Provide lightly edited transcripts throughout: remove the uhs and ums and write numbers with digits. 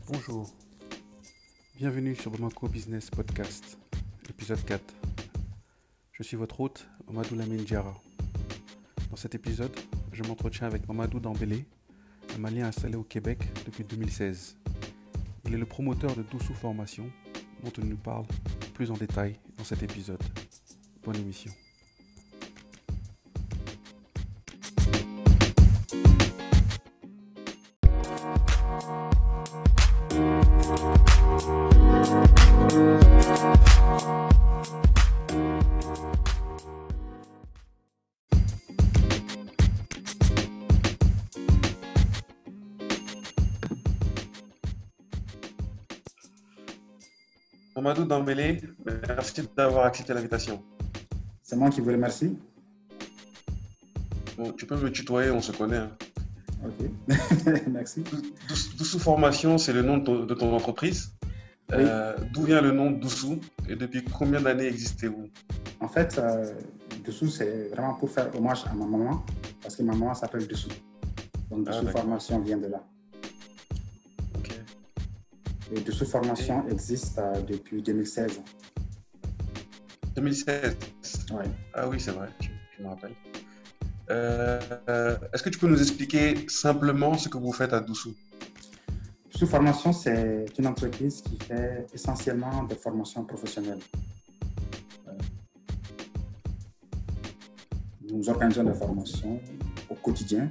Bonjour, bienvenue sur Bamako Business Podcast, épisode 4. Je suis votre hôte, Mamadou Lamine Diarra. Dans cet épisode, je m'entretiens avec Mamadou Dambélé, un Malien installé au Québec depuis 2016. Il est le promoteur de Doussou Formation, dont il nous parle plus en détail dans cet épisode. Bonne émission. Mamadou Dambélé, merci d'avoir accepté l'invitation. C'est moi qui vous remercie. Bon, tu peux me tutoyer, on se connaît. Hein. Ok, merci. Doussou Formation, c'est le nom de ton entreprise. Oui. D'où vient le nom Doussou et depuis combien d'années existez-vous? En fait, Dessous, c'est vraiment pour faire hommage à ma maman, parce que ma maman s'appelle Dessous. Donc, Dessous Formation vient de là. Ok. Et Dessous Formation existe depuis 2016. 2016? Oui. Ah oui, c'est vrai, je me rappelle. Est-ce que tu peux nous expliquer simplement ce que vous faites à Doussou? Dessous Formation, c'est une entreprise qui fait essentiellement des formations professionnelles. Nous organisons des formations au quotidien,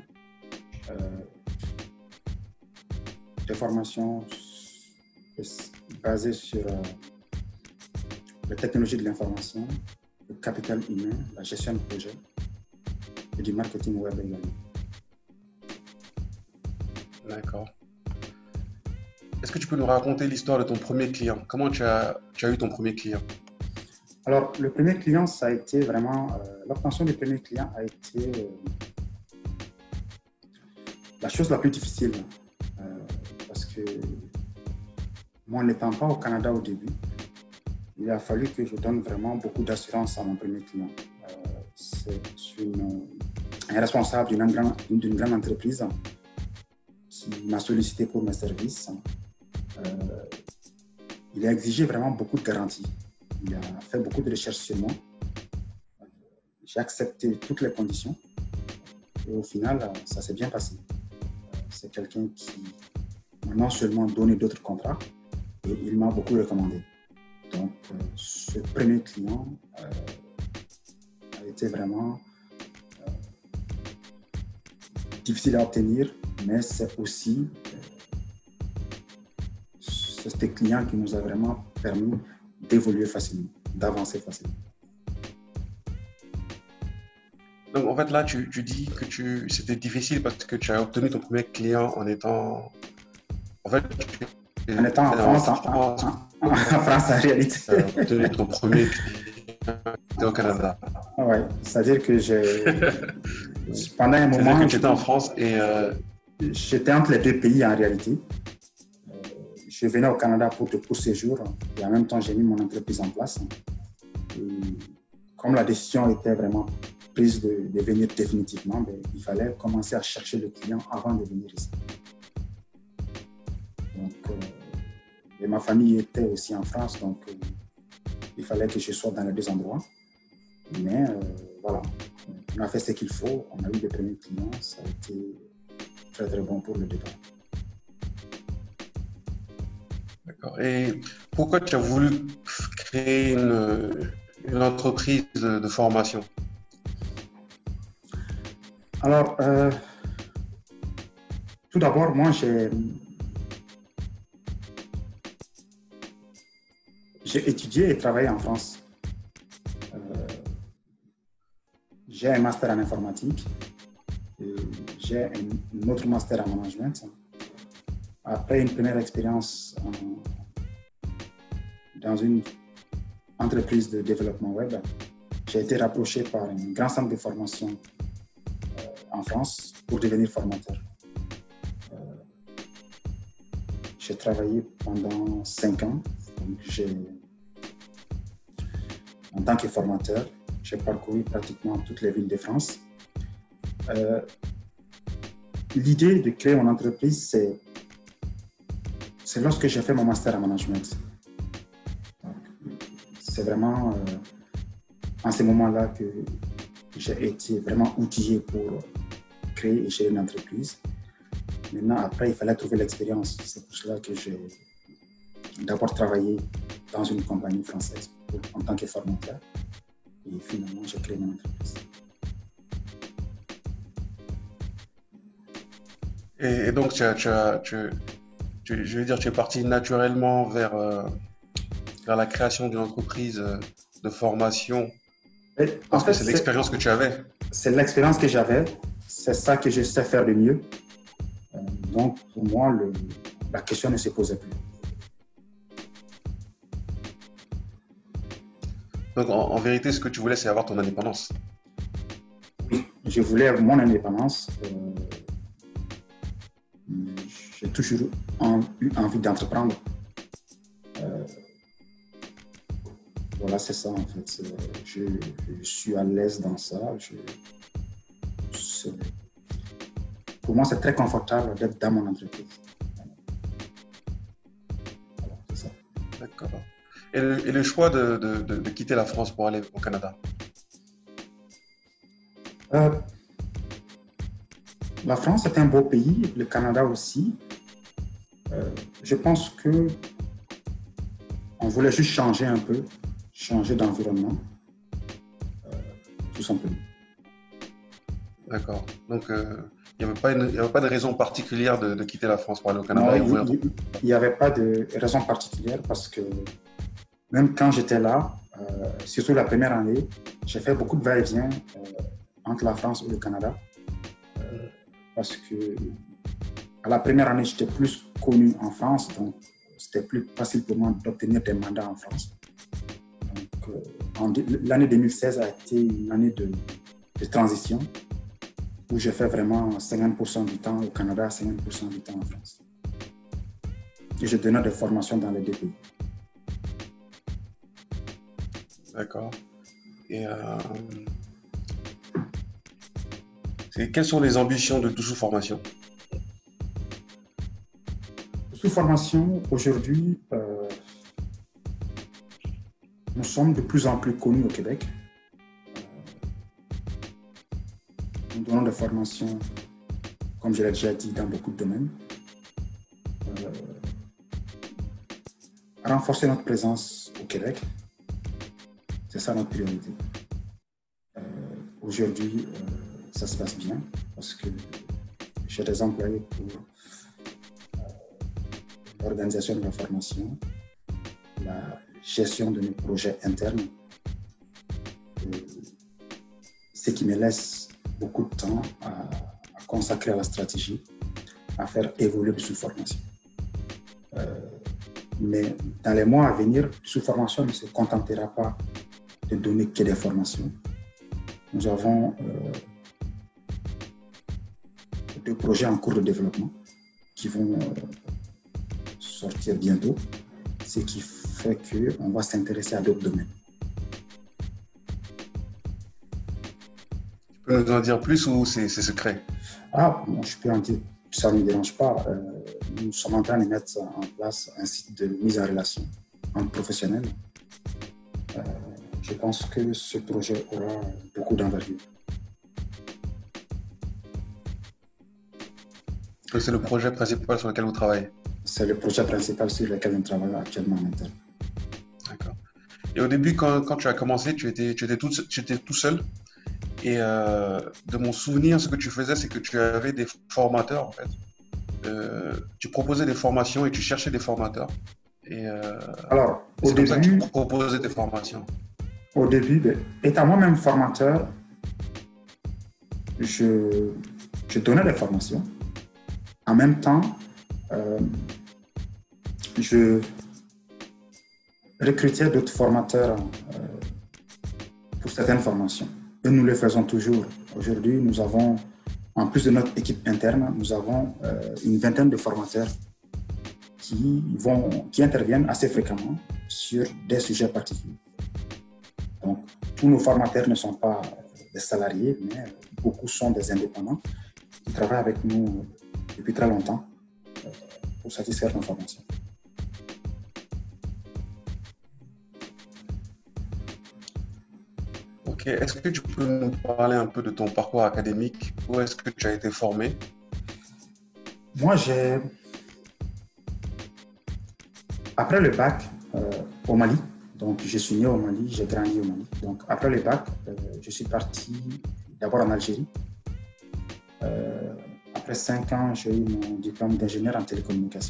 des formations basées sur la technologie de l'information, le capital humain, la gestion de projet et du marketing web également. D'accord. Est-ce que tu peux nous raconter l'histoire de ton premier client? Comment tu as eu ton premier client? Alors, le premier client, ça a été vraiment... l'obtention du premier client a été la chose la plus difficile. Parce que moi, n'étant pas au Canada au début, il a fallu que je donne vraiment beaucoup d'assurance à mon premier client. C'est un responsable d'une grande entreprise qui m'a sollicité pour mes services. Il a exigé vraiment beaucoup de garanties. Il a fait beaucoup de recherches sur moi. J'ai accepté toutes les conditions. Et au final, ça s'est bien passé. C'est quelqu'un qui m'a non seulement donné d'autres contrats, et il m'a beaucoup recommandé. Donc, ce premier client a été vraiment difficile à obtenir, mais c'est aussi ce client qui nous a vraiment permis d'évoluer facilement, d'avancer facilement. Donc en fait là, tu dis que c'était difficile parce que tu as obtenu ton premier client en étant... En fait, en étant en France, en France en réalité. Tu as obtenu ton premier client au Canada. Oui, c'est-à-dire que pendant un moment... C'est-à-dire que tu étais en France et... J'étais entre les deux pays en réalité. Je venais au Canada pour de courts séjours et en même temps, j'ai mis mon entreprise en place. Et comme la décision était vraiment prise de venir définitivement, il fallait commencer à chercher le client avant de venir ici. Donc, et ma famille était aussi en France, donc il fallait que je sois dans les deux endroits. Mais voilà, on a fait ce qu'il faut, on a eu les premiers clients, ça a été très très bon pour le départ. D'accord. Et pourquoi tu as voulu créer une entreprise de formation? Alors, tout d'abord, moi, j'ai étudié et travaillé en France. J'ai un master en informatique, et j'ai un autre master en management. Après une première expérience dans une entreprise de développement web, j'ai été rapproché par un grand centre de formation en France pour devenir formateur. J'ai travaillé pendant 5 ans. Donc en tant que formateur, j'ai parcouru pratiquement toutes les villes de France. L'idée de créer mon entreprise, c'est c'est lorsque j'ai fait mon master en management. Donc, c'est vraiment en ce moment-là que j'ai été vraiment outillé pour créer et gérer une entreprise. Maintenant, après, il fallait trouver l'expérience. C'est pour cela que j'ai d'abord travaillé dans une compagnie française en tant que formateur. Et finalement, j'ai créé mon entreprise. Et donc, je veux dire, tu es parti naturellement vers la création d'une entreprise de formation parce que c'est l'expérience que tu avais. C'est l'expérience que j'avais. C'est ça que je sais faire de mieux. Donc, pour moi, la question ne se posait plus. Donc, en vérité, ce que tu voulais, c'est avoir ton indépendance. Oui, je voulais mon indépendance. J'ai toujours eu envie d'entreprendre. Voilà, c'est ça en fait. Je suis à l'aise dans ça. Pour moi, c'est très confortable d'être dans mon entreprise. Voilà, c'est ça. D'accord. Et le choix de quitter la France pour aller au Canada? La France est un beau pays, le Canada aussi. Je pense que on voulait juste changer un peu, changer d'environnement, tout simplement. D'accord. Donc, il n'y avait pas de raison particulière de quitter la France pour aller au Canada? Non, il n'y avait pas de raison particulière parce que même quand j'étais là, surtout la première année, j'ai fait beaucoup de va-et-vient entre la France et le Canada. Parce que à la première année, j'étais plus connu en France, donc c'était plus facile pour moi d'obtenir des mandats en France. Donc, l'année 2016 a été une année de transition où j'ai fait vraiment 50% du temps au Canada, 50% du temps en France. Et je donnais des formations dans les deux pays. D'accord. Et quelles sont les ambitions de Toussou Formation? Toussou Formation, aujourd'hui, nous sommes de plus en plus connus au Québec. Nous donnons des formations, comme je l'ai déjà dit, dans beaucoup de domaines. Renforcer notre présence au Québec, c'est ça notre priorité. Aujourd'hui, ça se passe bien parce que j'ai des employés pour l'organisation de la formation, la gestion de nos projets internes, ce qui me laisse beaucoup de temps à consacrer à la stratégie, à faire évoluer Toussou Formation. Mais dans les mois à venir, Toussou Formation ne se contentera pas de donner que des formations. Nous avons deux projets en cours de développement qui vont sortir bientôt, ce qui fait qu'on va s'intéresser à d'autres domaines. Tu peux nous en dire plus ou c'est secret? Ah, bon, je peux en dire, ça ne me dérange pas. Nous sommes en train de mettre en place un site de mise en relation entre professionnels. Je pense que ce projet aura beaucoup d'envergure. C'est le projet principal sur lequel vous travaillez? C'est le projet principal sur lequel on travaille actuellement en interne. D'accord. Et au début, quand tu as commencé, tu étais tout seul. Et de mon souvenir, ce que tu faisais, c'est que tu avais des formateurs, en fait. Tu proposais des formations et tu cherchais des formateurs. Et alors, c'est comme ça que tu proposais tes formations. Au début, étant moi-même formateur, je donnais des formations. En même temps, je recrutais d'autres formateurs pour certaines formations. Et nous le faisons toujours. Aujourd'hui, nous avons, en plus de notre équipe interne, nous avons une vingtaine de formateurs qui interviennent assez fréquemment sur des sujets particuliers. Donc, tous nos formateurs ne sont pas des salariés, mais beaucoup sont des indépendants qui travaillent avec nous depuis très longtemps pour satisfaire nos formations. Ok, est-ce que tu peux nous parler un peu de ton parcours académique? Où est-ce que tu as été formé? Moi, après le bac au Mali, donc je suis né au Mali, j'ai grandi au Mali. Donc après le bac, je suis parti d'abord en Algérie. Après 5 ans, j'ai eu mon diplôme d'ingénieur en télécommunication.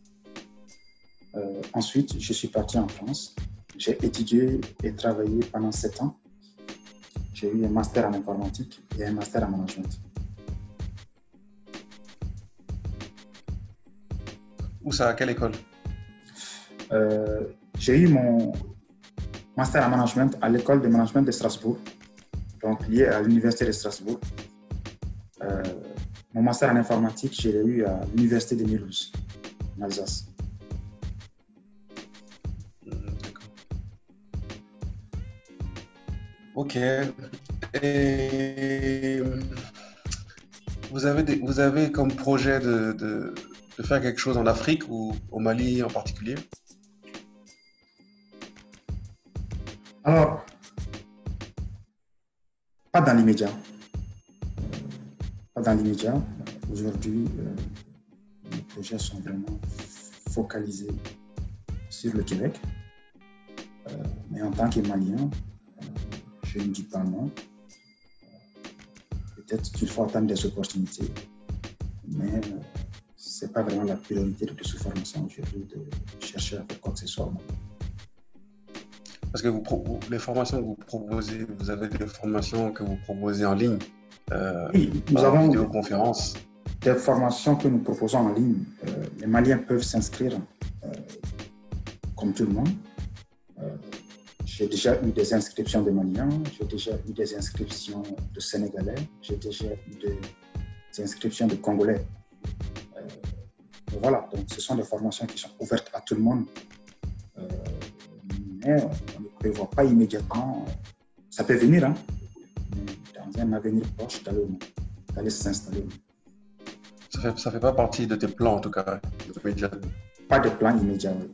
Ensuite, je suis parti en France. J'ai étudié et travaillé pendant 7 ans. J'ai eu un master en informatique et un master en management. Où ça? À quelle école? J'ai eu mon master en management à l'école de management de Strasbourg, donc lié à l'université de Strasbourg. Mon master en informatique, je l'ai eu à l'université de Mulhouse, en Alsace. D'accord. Ok. Et vous avez comme projet de faire quelque chose en Afrique ou au Mali en particulier? Alors, pas dans l'immédiat. Pas dans l'immédiat. Aujourd'hui, les projets sont vraiment focalisés sur le Québec. Mais en tant que Malien, je ne dis pas non. Peut-être qu'il faut attendre des opportunités, mais ce n'est pas vraiment la priorité de toute formation aujourd'hui de chercher à faire quoi que ce soit. Parce que les formations que vous proposez, vous avez des formations que vous proposez en ligne, oui, nous par avons vidéoconférence. des formations que nous proposons en ligne. Les Maliens peuvent s'inscrire comme tout le monde. J'ai déjà eu des inscriptions de Maliens, j'ai déjà eu des inscriptions de Sénégalais, j'ai déjà eu des inscriptions de Congolais. Voilà, donc ce sont des formations qui sont ouvertes à tout le monde. Mais on ne prévoit pas immédiatement. Ça peut venir, hein, mais dans un avenir proche, d'aller s'installer. Ça fait pas partie de tes plans, en tout cas, immédiatement. Pas de plan immédiat, oui.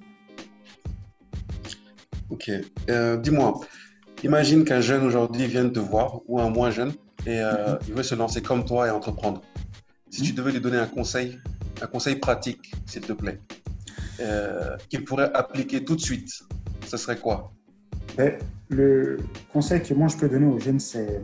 Ok. Dis-moi, imagine qu'un jeune aujourd'hui vienne te voir, ou un moins jeune, et il veut se lancer comme toi et entreprendre. Si tu devais lui donner un conseil pratique, s'il te plaît, qu'il pourrait appliquer tout de suite, ce serait quoi? Le conseil que moi je peux donner aux jeunes, c'est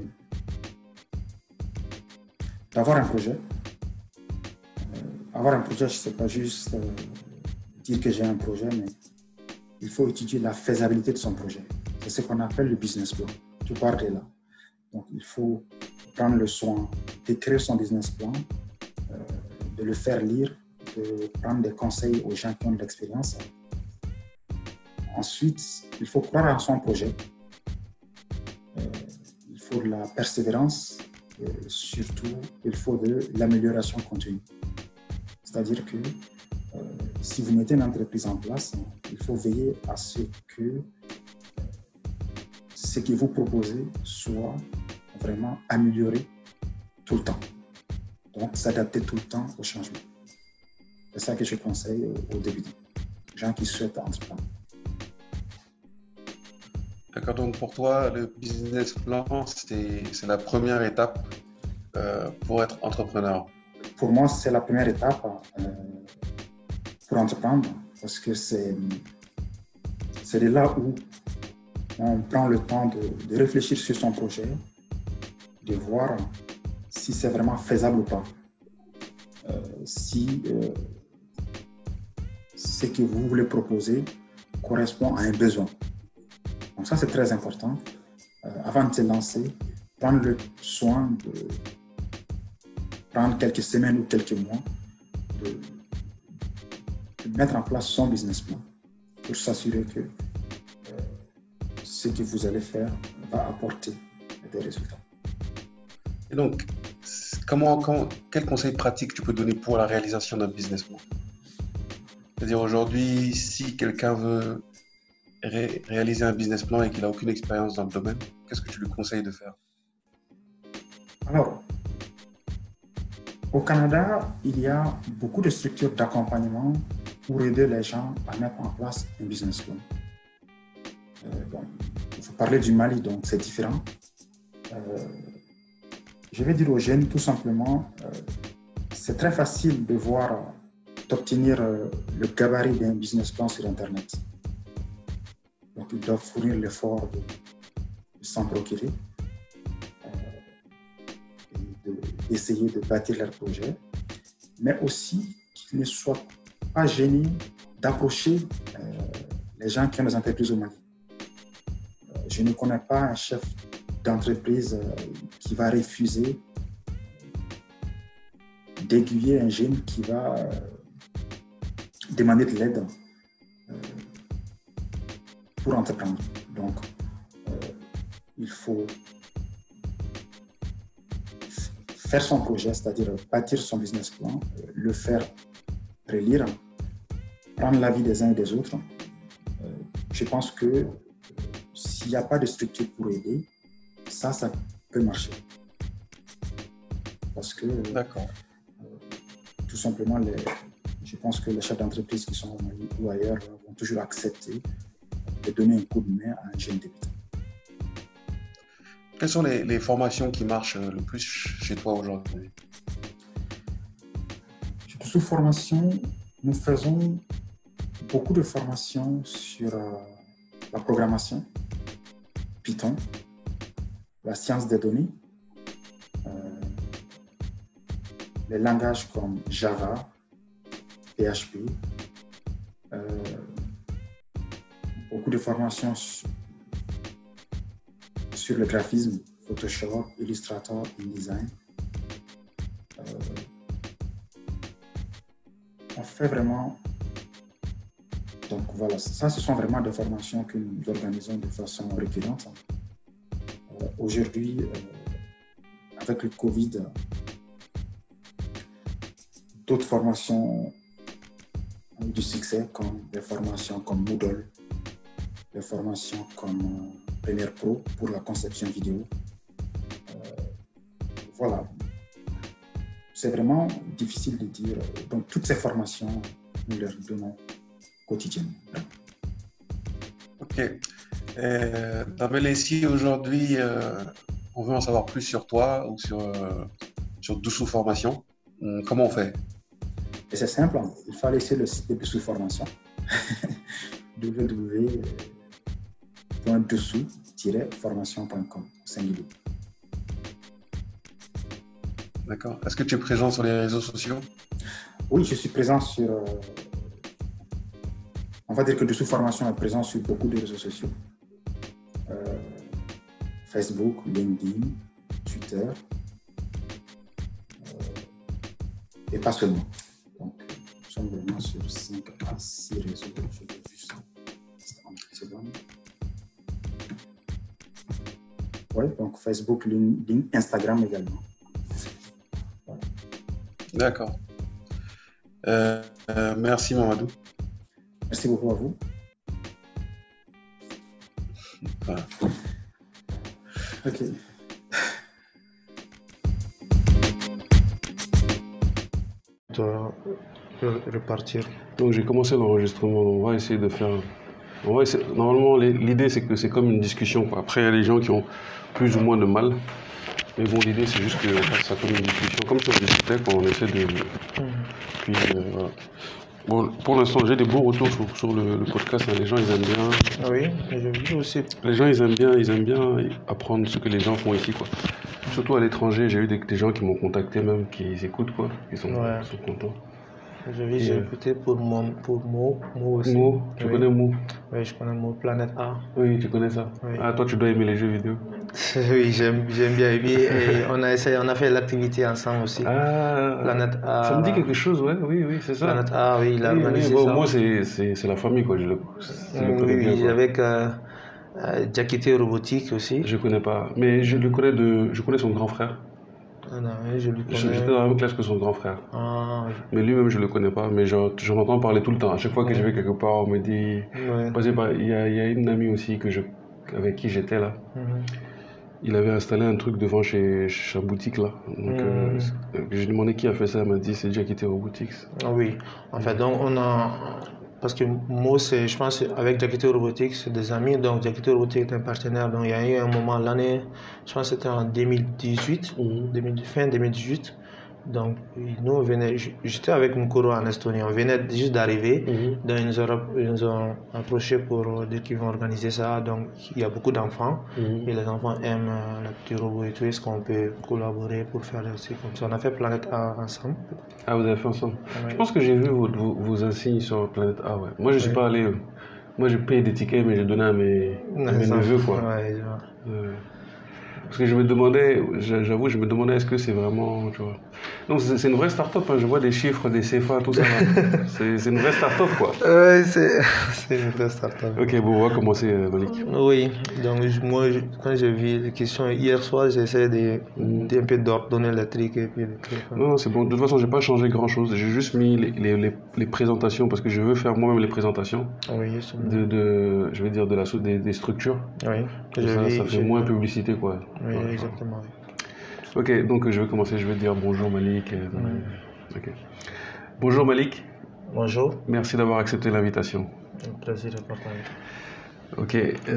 d'avoir un projet. Avoir un projet, ce n'est pas juste dire que j'ai un projet, mais il faut étudier la faisabilité de son projet. C'est ce qu'on appelle le business plan. Tout part de là. Donc, il faut prendre le soin d'écrire son business plan, de le faire lire, de prendre des conseils aux gens qui ont de l'expérience. Ensuite, il faut croire en son projet. Il faut de la persévérance. Surtout, il faut de l'amélioration continue. C'est-à-dire que si vous mettez une entreprise en place, il faut veiller à ce que ce que vous proposez soit vraiment amélioré tout le temps. Donc, s'adapter tout le temps au changement. C'est ça que je conseille aux débutants, aux gens qui souhaitent entreprendre. D'accord, donc pour toi, le business plan, c'est la première étape pour être entrepreneur. Pour moi, c'est la première étape pour entreprendre parce que c'est de là où on prend le temps de réfléchir sur son projet, de voir si c'est vraiment faisable ou pas, si ce que vous voulez proposer correspond à un besoin. Donc ça, c'est très important. Avant de se lancer, prendre le soin de prendre quelques semaines ou quelques mois de mettre en place son business plan pour s'assurer que ce que vous allez faire va apporter des résultats. Et donc, quel conseil pratique tu peux donner pour la réalisation d'un business plan? C'est-à-dire aujourd'hui, si quelqu'un veut réaliser un business plan et qu'il n'a aucune expérience dans le domaine, qu'est-ce que tu lui conseilles de faire? Alors, au Canada, il y a beaucoup de structures d'accompagnement pour aider les gens à mettre en place un business plan. Bon, vous parlez du Mali, donc c'est différent. Je vais dire aux jeunes tout simplement, c'est très facile d'obtenir le gabarit d'un business plan sur Internet. Donc, ils doivent fournir l'effort de s'en procurer, d'essayer de bâtir leur projet, mais aussi qu'ils ne soient pas gênés d'approcher les gens qui ont des entreprises au Mali. Je ne connais pas un chef d'entreprise qui va refuser d'aiguiller un jeune qui va demander de l'aide pour entreprendre. Donc, il faut faire son projet, c'est-à-dire bâtir son business plan, le faire relire, prendre l'avis des uns et des autres. Je pense que s'il n'y a pas de structure pour aider, ça peut marcher. Parce que, tout simplement, je pense que les chefs d'entreprise qui sont au Mali ou ailleurs vont toujours accepter de donner un coup de main à un jeune débutant. Quelles sont les formations qui marchent le plus chez toi aujourd'hui? Sous formation, nous faisons beaucoup de formations sur la programmation, Python, la science des données, les langages comme Java, PHP, beaucoup de formations sur le graphisme, Photoshop, Illustrator, InDesign. On fait vraiment... Donc voilà, ça ce sont vraiment des formations que nous organisons de façon récurrente. Aujourd'hui, avec le Covid, d'autres formations ont eu du succès, comme des formations comme Moodle, des formations comme Premiere Pro pour la conception vidéo. Voilà. C'est vraiment difficile de dire. Donc, toutes ces formations, nous les donnons quotidiennement. Ok. Damel, ici, aujourd'hui, on veut en savoir plus sur toi ou sur Doussou Formation. Comment on fait? Et c'est simple, il faut aller sur le site de Doussou Formation. www.doussou-formation.com. singulier. D'accord. Est-ce que tu es présent sur les réseaux sociaux? Oui, je suis présent sur... on va dire que Doussou Formation est présent sur beaucoup de réseaux sociaux. Facebook, LinkedIn, Twitter. Et pas seulement. Donc, nous sommes vraiment sur 5 à 6 réseaux. Je vais juste en seconde. Oui, donc Facebook, LinkedIn, Instagram également. Voilà. D'accord. Merci Mamadou. Merci beaucoup à vous. Voilà. Ok. Repartir. Donc j'ai commencé l'enregistrement. On va essayer de faire. Normalement, l'idée c'est que c'est comme une discussion, quoi. Après, il y a les gens qui ont plus ou moins de mal. Mais bon, l'idée c'est juste que ça comme une discussion, comme si on discutait quand on essaie de. Puis voilà. Bon, pour l'instant, j'ai des bons retours sur le podcast. Hein. Les gens, ils aiment bien. Oui, j'ai vu aussi. Les gens, ils aiment bien apprendre ce que les gens font ici, quoi. Surtout à l'étranger, j'ai eu des gens qui m'ont contacté même, qui écoutent, quoi. Ils sont contents. J'ai écouté pour Mo aussi. Mo, tu connais Mo? Oui, je connais Mo, Planète A. Oui, tu connais ça. Oui. Ah, toi, tu dois aimer les jeux vidéo. Oui, j'aime bien aimer. Et on a fait l'activité ensemble aussi. Ah, Planète A. Ça me dit quelque chose, ouais, oui, c'est ça. Planète A, oui, il a organisé bon, ça. moi, c'est la famille, quoi. Je le connais bien, oui, quoi. avec Diakité Robotique aussi. Je connais pas, mais je connais son grand frère. Ah non, je le connais. J'étais dans la même classe que son grand frère. Ah, oui. Mais lui-même, je le connais pas, mais j'en entends parler tout le temps. À chaque fois que je vais quelque part, on me dit... Il y a une amie aussi avec qui j'étais là. Il avait installé un truc devant chez sa boutique là. Donc, j'ai demandé qui a fait ça. Elle m'a dit c'est Diakité Robotics. Ah oui. En fait, donc parce que moi, je pense, avec Jacquito Robotics, c'est des amis. Donc, Jacquito Robotics est un partenaire. Donc, il y a eu un moment, l'année, je pense que c'était en 2018, fin 2018. Donc, nous, on venait, j'étais avec Mukuro en Estonie. On venait juste d'arriver. Donc, ils nous ont approché pour dire qu'ils vont organiser ça. Donc, il y a beaucoup d'enfants. Et les enfants aiment le petit robot et tout. Est-ce qu'on peut collaborer pour faire aussi comme ça? On a fait Planète A ensemble. Ah, vous avez fait ensemble. Je pense que j'ai vu vos insignes sur Planète A, ouais. Moi, je ne suis pas allé. Moi, j'ai payé des tickets, mais j'ai donné à mes neveux, quoi. Parce que je me demandais, j'avoue, est-ce que c'est vraiment, tu vois. Non, c'est une vraie start-up, hein. Je vois des chiffres, des CFA, tout ça. C'est une vraie start-up, quoi. Oui, c'est une vraie start-up. Ok, bon, on va commencer, Malik. Oui, donc moi, quand j'ai vu les questions hier soir, j'ai essayé d'un peu d'ordonner les trucs et puis les trucs. Non, c'est bon. De toute façon, j'ai pas changé grand-chose. J'ai juste mis les présentations parce que je veux faire moi-même les présentations. Oui, je vais dire des structures. Oui. Ça fait moins publicité, quoi. Oui, exactement. Oui. Ok, donc je vais commencer. Je vais dire bonjour Malik. Ok. Bonjour Malik. Bonjour. Merci d'avoir accepté l'invitation. Un plaisir de partager. Ok.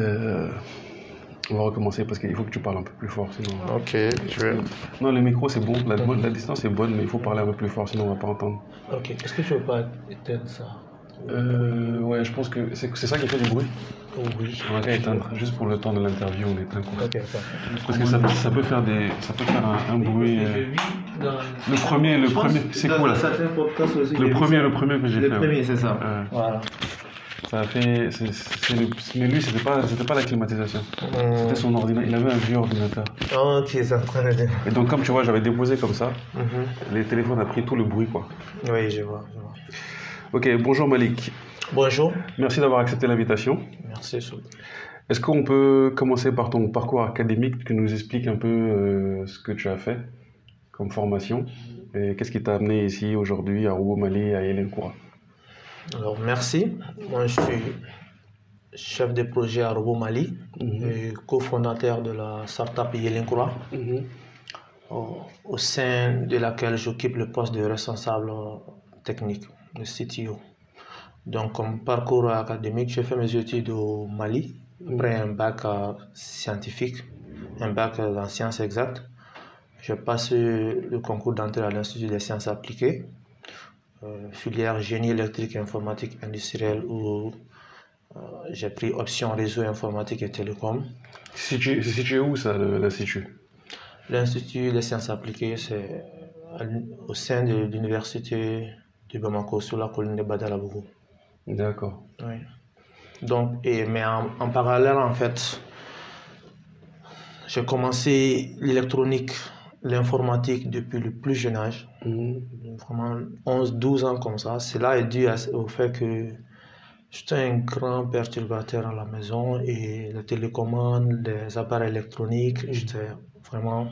On va recommencer parce qu'il faut que tu parles un peu plus fort, sinon. Ok, je vais. Non, le micro c'est bon, la distance est bonne, mais il faut parler un peu plus fort, sinon on va pas entendre. Ok. Est-ce que tu veux pas éteindre ça? Ouais, je pense que c'est ça qui fait du bruit. Oui. On va qu'à éteindre, juste pour le temps de l'interview, on éteint quoi. Ok, parce que ça peut faire un bruit. Le premier, c'est quoi là? Le premier que j'ai fait. Le premier, c'est ça. Voilà. Ça a fait. Mais lui, c'était pas la climatisation. C'était son ordinateur. Il avait un vieux ordinateur. Ok, ça train de dire. Et donc, comme tu vois, j'avais déposé comme ça. Les téléphones ont pris tout le bruit, quoi. Oui, je vois. Ok, bonjour Malik. Bonjour. Merci d'avoir accepté l'invitation. Merci. Est-ce qu'on peut commencer par ton parcours académique, que tu nous expliques un peu ce que tu as fait comme formation et qu'est-ce qui t'a amené ici aujourd'hui à Robo Mali, à Yelenkoura? Alors, merci. Moi, je suis chef de projet à Robo Mali et cofondateur de la startup Yelenkoura, au sein de laquelle j'occupe le poste de responsable technique, le CTO. Donc, comme parcours académique, j'ai fait mes études au Mali, après un bac scientifique, un bac en sciences exactes. J'ai passé le concours d'entrée à l'Institut des sciences appliquées, filière génie électrique, informatique industrielle, où j'ai pris option réseau informatique et télécom. C'est situé où ça, l'Institut? L'Institut des sciences appliquées, c'est au sein de l'Université de Bamako, sur la colline de Badalabougou. D'accord. Oui. Donc, mais en parallèle, en fait, j'ai commencé l'électronique, l'informatique depuis le plus jeune âge, vraiment 11-12 ans comme ça. Cela est dû au fait que j'étais un grand perturbateur à la maison et les télécommandes, les appareils électroniques, j'étais vraiment...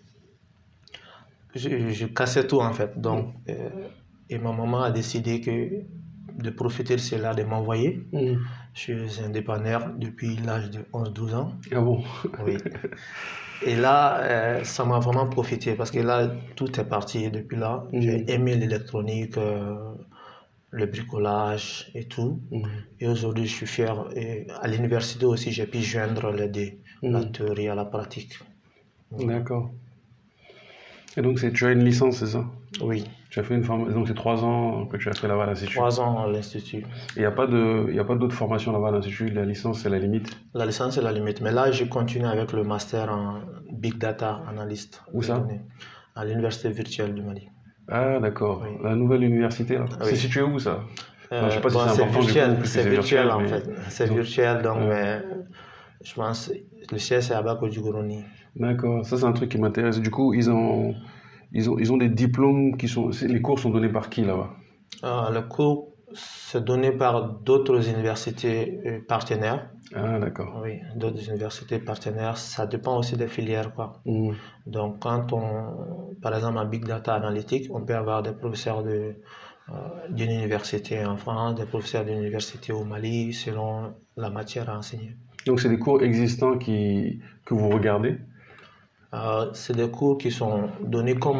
Je cassais tout en fait. Donc, et ma maman a décidé de profiter de cela, de m'envoyer. Je suis un dépanneur depuis l'âge de 11-12 ans. Ah bon? Oui. Et là, ça m'a vraiment profité parce que là, tout est parti depuis là. J'ai aimé l'électronique, le bricolage et tout. Et aujourd'hui, je suis fier. Et à l'université aussi, j'ai pu joindre les deux, la théorie à la pratique. D'accord. Et donc, tu as une licence, c'est ça? Oui. Tu as fait une formation, donc c'est 3 ans que tu as fait là-bas à l'Institut? 3 ans à l'Institut. Il n'y a pas d'autres formations là-bas à l'Institut? La licence, c'est la limite? La licence, c'est la limite. Mais là, je continue avec le master en Big Data Analyst. Où ça? À l'Université virtuelle du Mali. Ah, d'accord. Oui. La nouvelle université, là. Oui. C'est situé où, ça? Je sais pas si c'est important. C'est virtuel, en fait. C'est virtuel, donc, mais je pense le siège, c'est à Bako-Djigoroni. D'accord, ça c'est un truc qui m'intéresse. Du coup, ils ont des diplômes les cours sont donnés par qui là-bas? Le cours c'est donné par d'autres universités partenaires. Ah d'accord. Oui, d'autres universités partenaires. Ça dépend aussi des filières quoi. Donc quand par exemple en Big Data Analytics, on peut avoir des professeurs d'une université en France, des professeurs d'une université au Mali, selon la matière à enseigner. Donc c'est des cours existants que vous regardez? C'est des cours qui sont donnés comme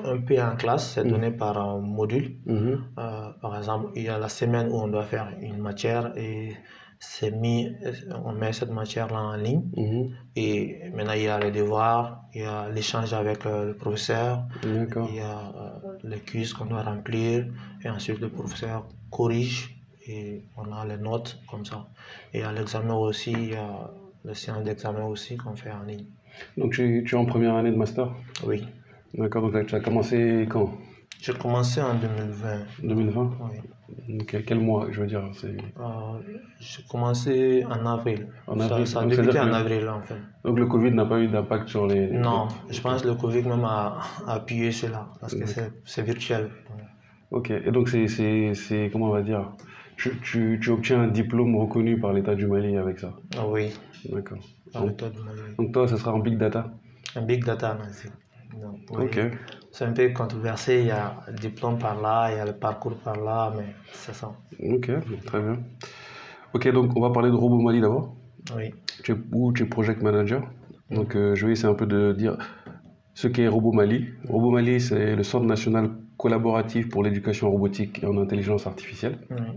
un peu en classe, c'est donné par un module. Par exemple, il y a la semaine où on doit faire une matière et on met cette matière-là en ligne. Et maintenant, il y a les devoirs, il y a l'échange avec le professeur, il y a les quiz qu'on doit remplir et ensuite le professeur corrige et on a les notes comme ça. Et à l'examen aussi, il y a le séance d'examen aussi qu'on fait en ligne. Donc tu es en première année de master? Oui. D'accord, donc tu as commencé quand? J'ai commencé en 2020. 2020? Oui. Okay. Quel mois, je veux dire? J'ai commencé en avril. En avril. Ça a débuté en avril en fait. Donc le Covid n'a pas eu d'impact sur les... Non, je pense que le Covid même a appuyé cela parce que c'est virtuel. Ok, et donc c'est comment on va dire, tu obtiens un diplôme reconnu par l'État du Mali avec ça? Oui. D'accord. Par l'État du Mali. Donc toi, ça sera en Big Data? En Big Data, merci. Donc, oui. Ok. C'est un peu controversé, il y a le diplôme par là, il y a le parcours par là, mais c'est ça. Ok, très bien. Ok, donc on va parler de Robo Mali d'abord. Oui. Tu es project manager. Donc je vais essayer un peu de dire ce qu'est Robo Mali. Robo Mali, c'est le Centre national collaboratif pour l'éducation robotique et en intelligence artificielle.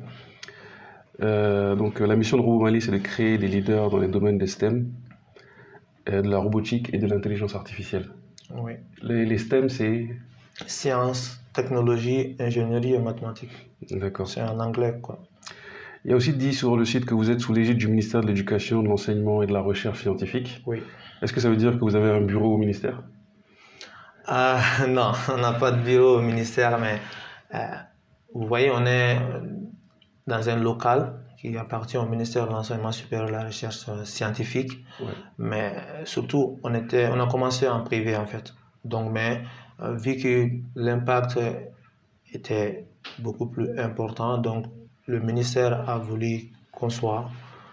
Donc la mission de Robo Mali, c'est de créer des leaders dans les domaines des STEM, de la robotique et de l'intelligence artificielle. Oui. Les STEM, c'est sciences, technologie, ingénierie et mathématiques. D'accord. C'est en anglais, quoi. Il y a aussi dit sur le site que vous êtes sous l'égide du ministère de l'Éducation, de l'Enseignement et de la Recherche scientifique. Oui. Est-ce que ça veut dire que vous avez un bureau au ministère? Non, on n'a pas de bureau au ministère, mais vous voyez, on est dans un local qui appartient au ministère de l'Enseignement supérieur et de la Recherche scientifique. Ouais. Mais surtout, on a commencé en privé en fait. Donc, mais vu que l'impact était beaucoup plus important, donc le ministère a voulu concevoir,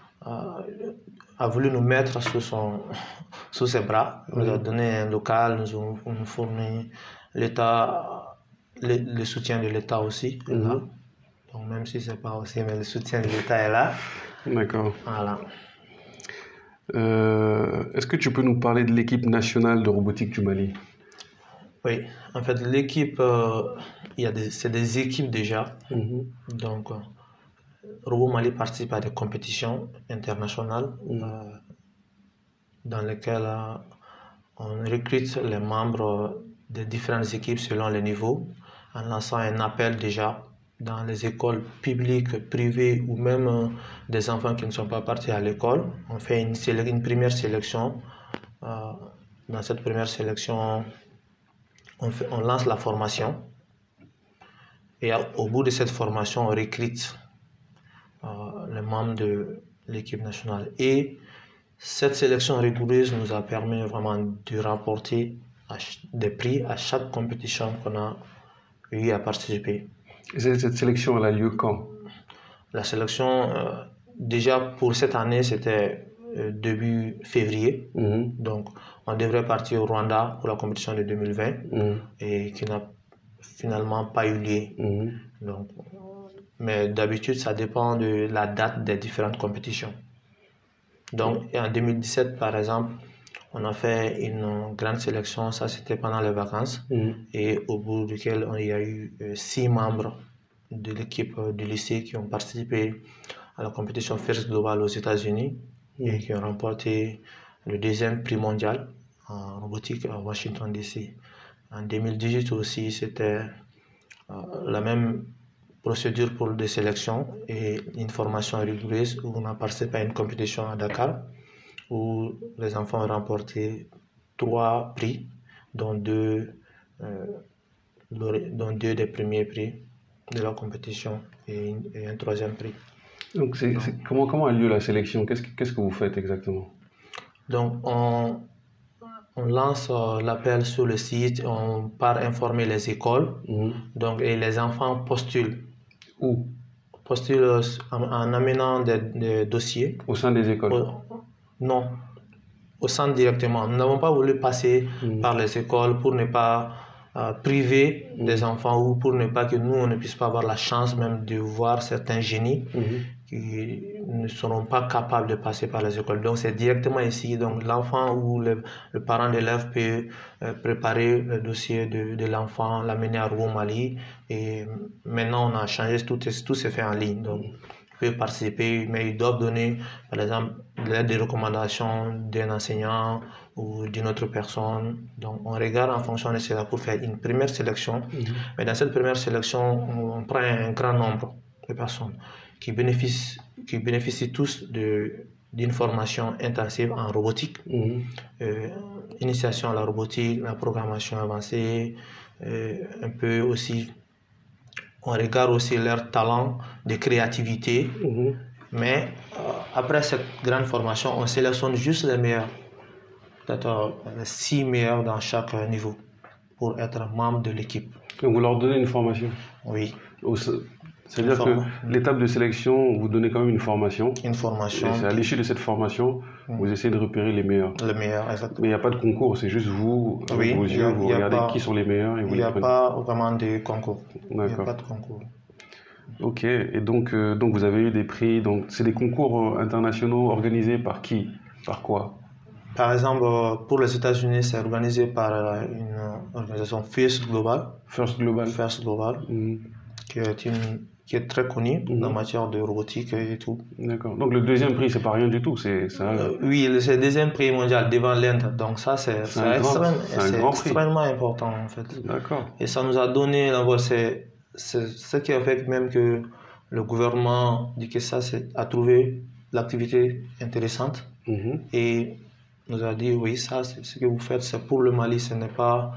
a voulu nous mettre sous ses bras. Il nous a donné un local, nous fournit l'État, le soutien de l'État aussi est là. Donc même si c'est pas aussi, mais le soutien de l'État est là. D'accord. Voilà. Est-ce que tu peux nous parler de l'équipe nationale de robotique du Mali? Oui, en fait l'équipe, c'est des équipes déjà. Donc Robo Mali participe à des compétitions internationales dans lesquelles on recrute les membres des différentes équipes selon les niveaux en lançant un appel déjà dans les écoles publiques, privées ou même des enfants qui ne sont pas partis à l'école. On fait une première sélection. Dans cette première sélection, on lance la formation. Et au bout de cette formation, on recrute les membres de l'équipe nationale. Et cette sélection rigoureuse nous a permis vraiment de remporter des prix à chaque compétition qu'on a eu à participer. Et cette sélection, elle a lieu quand? La sélection, déjà pour cette année, c'était début février. Donc, on devrait partir au Rwanda pour la compétition de 2020 et qui n'a finalement pas eu lieu. Donc, mais d'habitude, ça dépend de la date des différentes compétitions. Donc, en 2017, par exemple, on a fait une grande sélection, ça c'était pendant les vacances, et au bout duquel il y a eu 6 membres de l'équipe du lycée qui ont participé à la compétition First Global aux États-Unis et qui ont remporté le 2e prix mondial en robotique à Washington DC. En 2018 aussi, c'était la même procédure pour des sélections et une formation rigoureuse où on a participé à une compétition à Dakar où les enfants ont remporté 3 prix, dont 2 des premiers prix de la compétition et un 3e prix. Donc, comment a lieu la sélection? Qu'est-ce que vous faites exactement? Donc, on lance l'appel sur le site, on part informer les écoles, donc, et les enfants postulent. Où? Postulent en amenant des dossiers. Au sein des écoles? Non, au centre directement. Nous n'avons pas voulu passer par les écoles pour ne pas priver des enfants ou pour ne pas que nous, on ne puisse pas avoir la chance même de voir certains génies qui ne seront pas capables de passer par les écoles. Donc c'est directement ici. Donc l'enfant ou le parent d'élève peut préparer le dossier de l'enfant, l'amener à Robo Mali. Et maintenant on a changé, tout se fait en ligne. Donc ils peuvent participer, mais ils doivent donner par exemple l'aide de recommandation d'un enseignant ou d'une autre personne. Donc on regarde en fonction de cela pour faire une première sélection. Mais dans cette première sélection, on prend un grand nombre de personnes qui bénéficient tous d'une formation intensive en robotique, initiation à la robotique, la programmation avancée, un peu aussi, on regarde aussi leur talent de créativité, mais après cette grande formation, on sélectionne juste les meilleurs, peut-être les 6 meilleurs dans chaque niveau pour être membre de l'équipe. Donc vous leur donnez une formation? Oui. C'est-à-dire que l'étape de sélection, vous donnez quand même une formation. Une formation. Et c'est à l'issue de cette formation, vous essayez de repérer les meilleurs. Les meilleurs, exactement. Mais il n'y a pas de concours, c'est juste vous, avec vos yeux, vous regardez qui sont les meilleurs et vous les prenez. Il n'y a pas vraiment de concours. D'accord. Il n'y a pas de concours. Ok, et donc vous avez eu des prix, donc c'est des concours internationaux organisés par qui? Par quoi? Par exemple, pour les États-Unis, c'est organisé par une organisation First Global. First Global. First Global, qui est très connue en matière de robotique et tout. D'accord. Donc le deuxième prix, c'est pas rien du tout, c'est ça. Oui, c'est le deuxième prix mondial devant l'Inde. Donc ça, c'est extrêmement important en fait. D'accord. Et ça nous a donné, c'est ce qui a fait même que le gouvernement dit que ça a trouvé l'activité intéressante et nous a dit oui, ça, ce que vous faites, c'est pour le Mali, ce n'est pas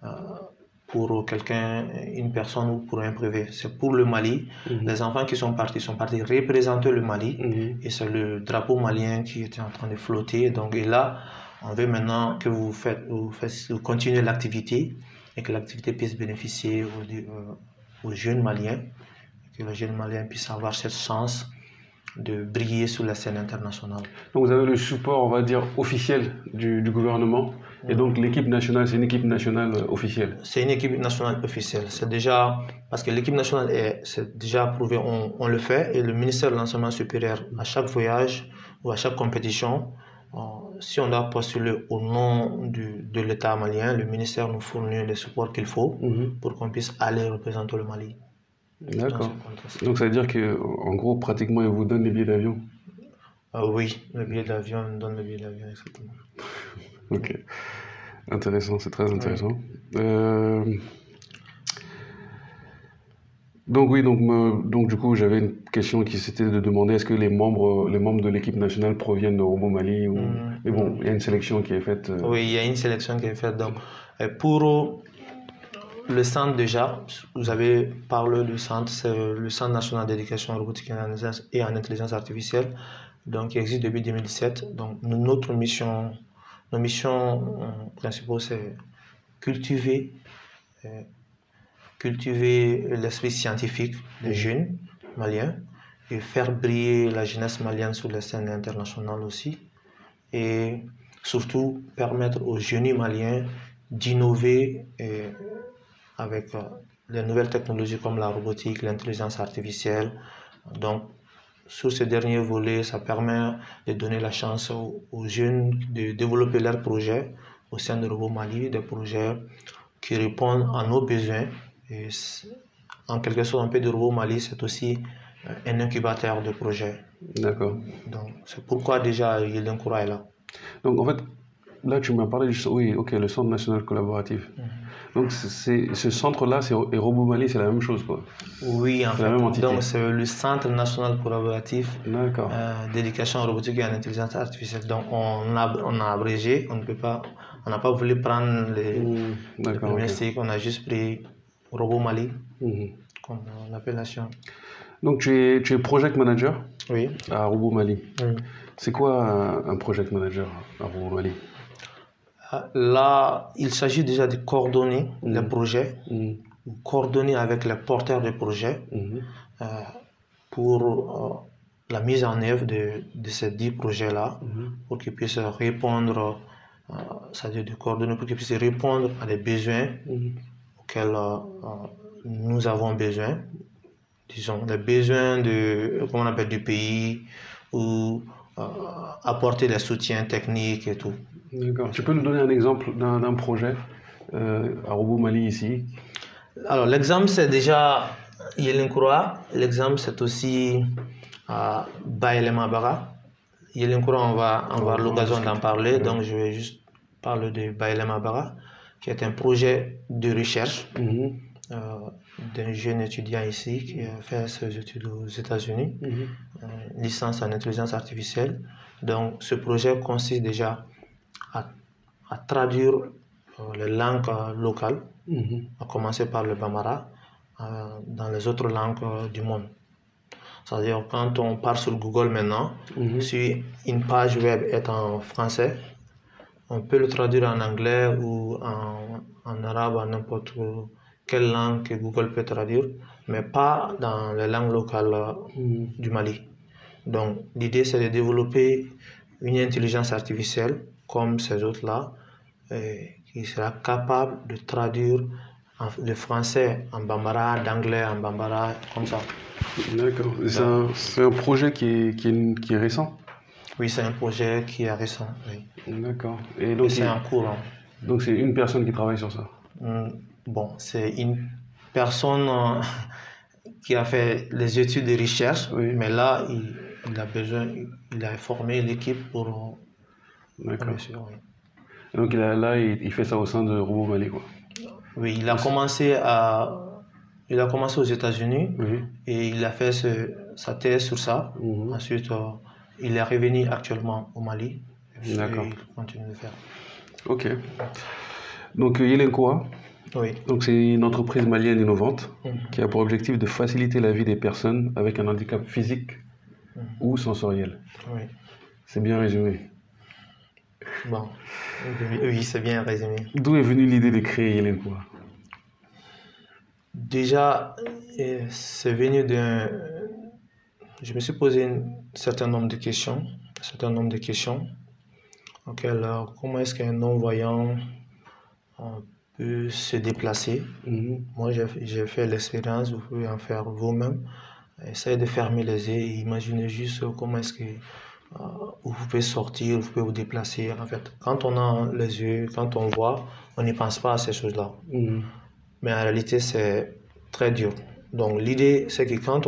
pour quelqu'un, une personne ou pour un privé, c'est pour le Mali. Les enfants qui sont partis représenter le Mali et c'est le drapeau malien qui était en train de flotter. Donc et là, on veut maintenant que vous continuez l'activité et que l'activité puisse bénéficier aux jeunes Maliens, que les jeunes Maliens puissent avoir cette chance de briller sur la scène internationale. Donc vous avez le support, on va dire, officiel du gouvernement, et donc l'équipe nationale, c'est une équipe nationale officielle? C'est une équipe nationale officielle, c'est déjà, parce que l'équipe nationale c'est déjà approuvé, on le fait, et le ministère de l'Enseignement supérieur, à chaque voyage ou à chaque compétition, si on doit postuler au nom de l'État malien, le ministère nous fournit le support qu'il faut pour qu'on puisse aller représenter le Mali. D'accord. Donc ça veut dire qu'en gros, pratiquement, ils vous donnent les billets d'avion? Oui, le billet d'avion, ils nous donnent le billet d'avion, exactement. Ok. Intéressant, c'est très intéressant. Donc du coup, j'avais une question qui c'était de demander est-ce que les membres de l'équipe nationale proviennent de Robo Mali ou... Mais bon, il y a une sélection qui est faite. Oui, il y a une sélection qui est faite. Donc, pour le centre déjà, vous avez parlé du centre, c'est le Centre national d'éducation en robotique et en intelligence artificielle, donc qui existe depuis 2017. Donc nos missions principales, c'est cultiver l'esprit scientifique des jeunes maliens et faire briller la jeunesse malienne sur la scène internationale aussi, et surtout permettre aux jeunes maliens d'innover avec les nouvelles technologies comme la robotique, l'intelligence artificielle. Donc, sur ce dernier volet, ça permet de donner la chance aux jeunes de développer leurs projets au sein de Robo Mali, des projets qui répondent à nos besoins. Et en quelque sorte, un peu de Robo Mali, c'est aussi un incubateur de projets. D'accord. Donc, c'est pourquoi déjà Yildirim Koura est là. Donc, en fait, là, tu m'as parlé le Centre national collaboratif. Donc, ce centre-là et Robo Mali, c'est la même chose, quoi? Oui, en fait. La même entité. Donc, c'est le Centre national collaboratif d'éducation en robotique et en intelligence artificielle. Donc, on a abrégé, on n'a pas voulu prendre les premiers cycles, on a juste pris Robo Mali comme l'appellation. Donc, tu es project manager à Robo Mali. C'est quoi un project manager à Robo Mali? Là, il s'agit déjà de coordonner les projets, coordonner avec les porteurs de projets pour la mise en œuvre de ces 10 projets-là, pour qu'ils puissent répondre, c'est-à-dire de coordonner pour qu'ils puissent répondre à des besoins auxquels nous avons besoin, disons, les besoins du pays ou apporter des soutiens techniques et tout. D'accord. Tu peux nous donner un exemple d'un projet à Robo Mali ici? Alors, l'exemple, c'est déjà Yelinkura. L'exemple, c'est aussi Baïlema Bara. Yelinkura, on va avoir l'occasion d'en parler, donc je vais juste parler de Baïlema Bara, qui est un projet de recherche d'un jeune étudiant ici qui a fait ses études aux États-Unis, licence en intelligence artificielle. Donc, ce projet consiste déjà à traduire les langues locales, à commencer par le Bambara, dans les autres langues du monde. C'est-à-dire, quand on part sur Google maintenant, si une page web est en français, on peut le traduire en anglais ou en arabe, en n'importe quelle langue que Google peut traduire, mais pas dans les langues locales du Mali. Donc, l'idée, c'est de développer une intelligence artificielle comme ces autres-là, qui sera capable de traduire le français en Bambara, d'anglais en Bambara, comme ça. D'accord. C'est un projet qui est récent? Oui, c'est un projet qui est récent. Oui. D'accord. Et donc, c'est en cours. Hein. Donc, c'est une personne qui travaille sur ça? Bon, c'est une personne qui a fait les études de recherche, mais là, il a formé l'équipe pour... D'accord. Oui. Donc il fait ça au sein de Robo Mali, quoi. Oui, il a commencé aux États-Unis et il a fait sa thèse sur ça. Ensuite, il est revenu actuellement au Mali. D'accord. Il continue de faire. Ok. Donc Yelenkoa, donc c'est une entreprise malienne innovante qui a pour objectif de faciliter la vie des personnes avec un handicap physique ou sensoriel. Oui. C'est bien résumé. Bon, oui, c'est bien résumé. D'où est venue l'idée de créer Yelenkoa? Déjà, c'est venu d'un... Je me suis posé un certain nombre de questions. Donc, alors, comment est-ce qu'un non-voyant peut se déplacer? Moi, j'ai fait l'expérience, vous pouvez en faire vous-même. Essayez de fermer les yeux et imaginez juste comment est-ce que vous pouvez sortir, vous pouvez vous déplacer. En fait, quand on a les yeux, quand on voit, on n'y pense pas à ces choses-là. Mais en réalité, c'est très dur. Donc, l'idée, c'est que quand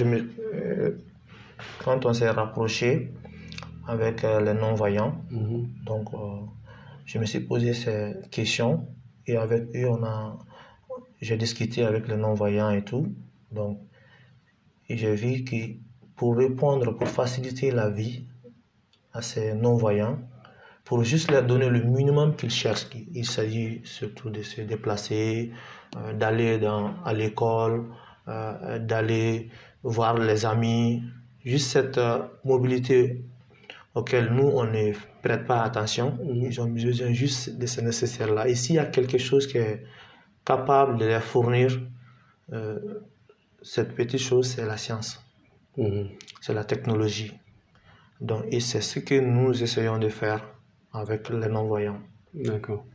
on s'est rapproché avec les non-voyants, donc je me suis posé ces questions et avec eux, j'ai discuté avec les non-voyants et tout. Donc, et j'ai vu que pour faciliter la vie à ces non-voyants, pour juste leur donner le minimum qu'ils cherchent. Il s'agit surtout de se déplacer, d'aller à l'école, d'aller voir les amis. Juste cette mobilité auquel nous, on ne prête pas attention. Ils ont besoin juste de ce nécessaire-là. Et s'il y a quelque chose qui est capable de leur fournir cette petite chose, c'est la science. C'est la technologie. Donc, et c'est ce que nous essayons de faire avec les non-voyants. D'accord.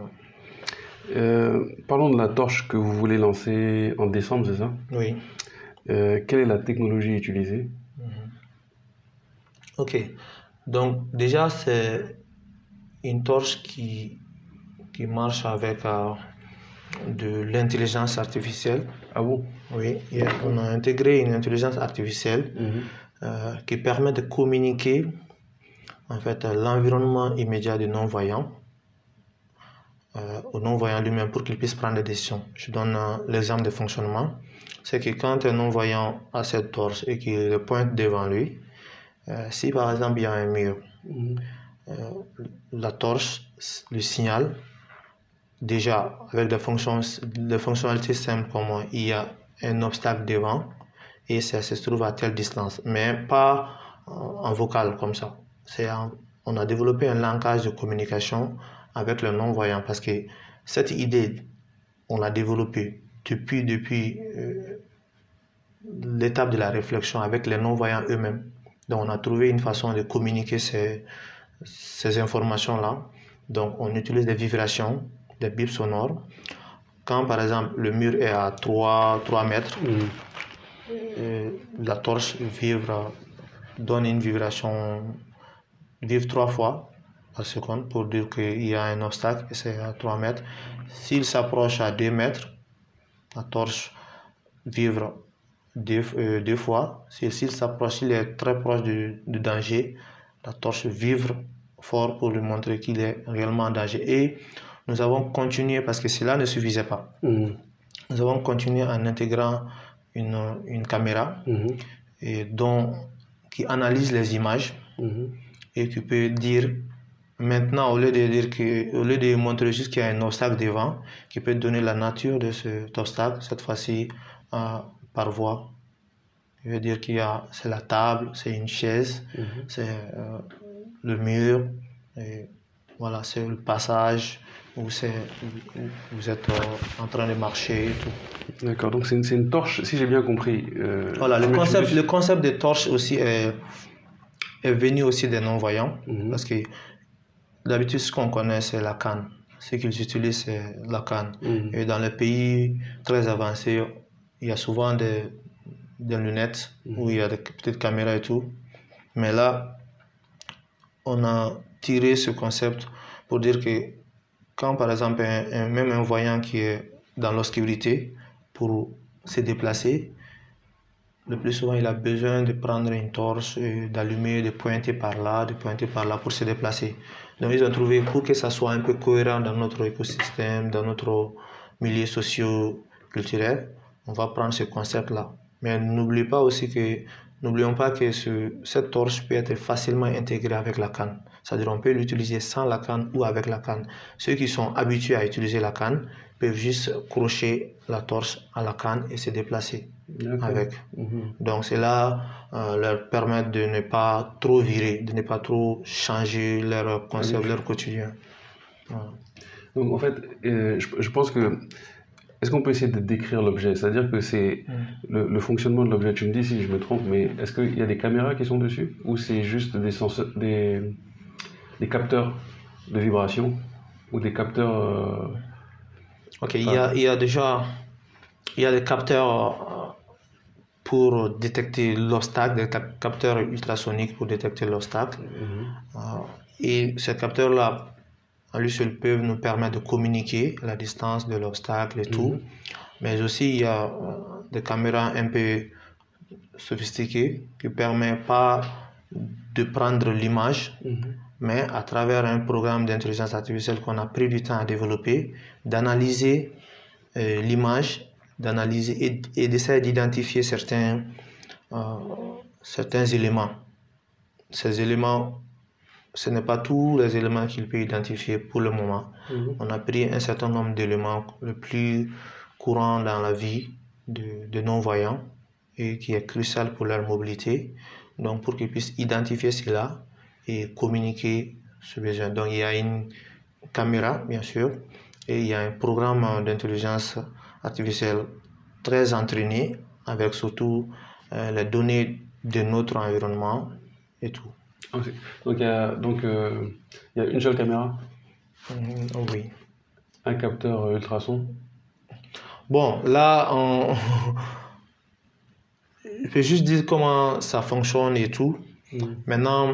Parlons de la torche que vous voulez lancer en décembre, c'est ça? Oui. Quelle est la technologie utilisée? Ok. Donc, déjà, c'est une torche qui marche avec de l'intelligence artificielle. Ah bon? Oui. Et on a intégré une intelligence artificielle qui permet de communiquer en fait l'environnement immédiat du non-voyant au non-voyant lui-même pour qu'il puisse prendre des décisions. Je donne l'exemple de fonctionnement. C'est que quand un non-voyant a cette torche et qu'il le pointe devant lui, si par exemple il y a un mur, la torche le signale déjà avec des fonctionnalités simples comme il y a un obstacle devant et ça se trouve à telle distance, mais pas en vocal comme ça. On a développé un langage de communication avec le non-voyant parce que cette idée, on l'a développée depuis l'étape de la réflexion avec les non-voyants eux-mêmes. Donc, on a trouvé une façon de communiquer ces informations-là. Donc, on utilise des vibrations, des bips sonores. Quand, par exemple, le mur est à 3 mètres, la torche vibre donne une vibration, vibre 3 fois par seconde pour dire qu'il y a un obstacle et c'est à 3 mètres. S'il s'approche à 2 mètres, la torche vibre 2 fois. S'il s'approche, s'il est très proche du danger, la torche vibre fort pour lui montrer qu'il est réellement en danger. Et nous avons continué, parce que cela ne suffisait pas. Nous avons continué en intégrant une caméra et qui analyse les images et qui peut dire maintenant, au lieu de montrer juste qu'il y a un obstacle devant, qui peut donner la nature de cet obstacle, cette fois-ci par voix. Je veux dire c'est la table, c'est une chaise, c'est le mur, et voilà, c'est le passage où vous êtes en train de marcher et tout. D'accord, donc c'est une torche, si j'ai bien compris. Voilà, le concept de torche aussi est venu aussi des non-voyants, parce que d'habitude, ce qu'on connaît, c'est la canne. Ce qu'ils utilisent, c'est la canne. Et dans les pays très avancés, il y a souvent des lunettes où il y a des petites caméras et tout. Mais là, on a tiré ce concept pour dire que quand, par exemple, même un voyant qui est dans l'obscurité, pour se déplacer, le plus souvent, il a besoin de prendre une torche, d'allumer, de pointer par là pour se déplacer. Donc, ils ont trouvé, pour que ça soit un peu cohérent dans notre écosystème, dans notre milieu socio-culturel, on va prendre ce concept-là. Mais n'oublions pas que cette torche peut être facilement intégrée avec la canne. C'est-à-dire, on peut l'utiliser sans la canne ou avec la canne. Ceux qui sont habitués à utiliser la canne peuvent juste crocher la torche à la canne et se déplacer avec. Donc, cela leur permet de ne pas trop virer, de ne pas trop changer leur concept, leur quotidien. Voilà. Donc, en fait, je pense que... Est-ce qu'on peut essayer de décrire l'objet? C'est-à-dire que c'est le fonctionnement de l'objet. Tu me dis si je me trompe, mais est-ce qu'il y a des caméras qui sont dessus? Ou c'est juste des capteurs de vibration? Ou des capteurs... Ok, il y a des capteurs pour détecter l'obstacle, des capteurs ultrasoniques pour détecter l'obstacle. Et ces capteurs-là, à lui seul, peuvent nous permettre de communiquer la distance de l'obstacle et tout. Mais aussi, il y a des caméras un peu sophistiquées qui ne permettent pas de prendre l'image, mais à travers un programme d'intelligence artificielle qu'on a pris du temps à développer, d'analyser l'image, et d'essayer d'identifier certains éléments. Ces éléments, ce n'est pas tous les éléments qu'il peut identifier pour le moment. On a pris un certain nombre d'éléments le plus courants dans la vie de non-voyants et qui est crucial pour leur mobilité. Donc, pour qu'ils puissent identifier cela et communiquer ce besoin. Donc, il y a une caméra, bien sûr, et il y a un programme d'intelligence artificielle très entraîné avec surtout les données de notre environnement et tout. Okay. Donc, il y a une seule caméra? Oui. Un capteur ultrason? Bon, là, je peux juste dire comment ça fonctionne et tout. Maintenant,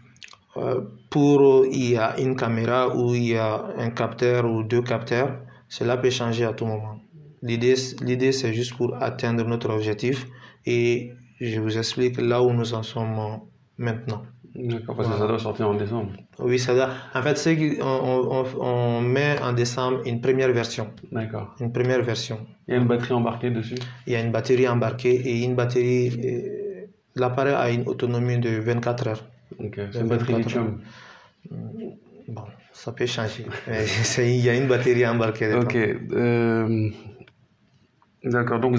il y a une caméra ou il y a un capteur ou 2 capteurs, cela peut changer à tout moment. L'idée, c'est juste pour atteindre notre objectif et je vous explique là où nous en sommes maintenant. D'accord, parce que ça doit sortir en décembre. Oui, ça doit. En fait, on met en décembre une première version. D'accord. Une première version. Il y a une batterie embarquée dessus? Il y a une batterie embarquée et une batterie. L'appareil a une autonomie de 24 heures. Ok, c'est une batterie lithium. Bon, ça peut changer. Il y a une batterie embarquée dedans. Ok. D'accord, donc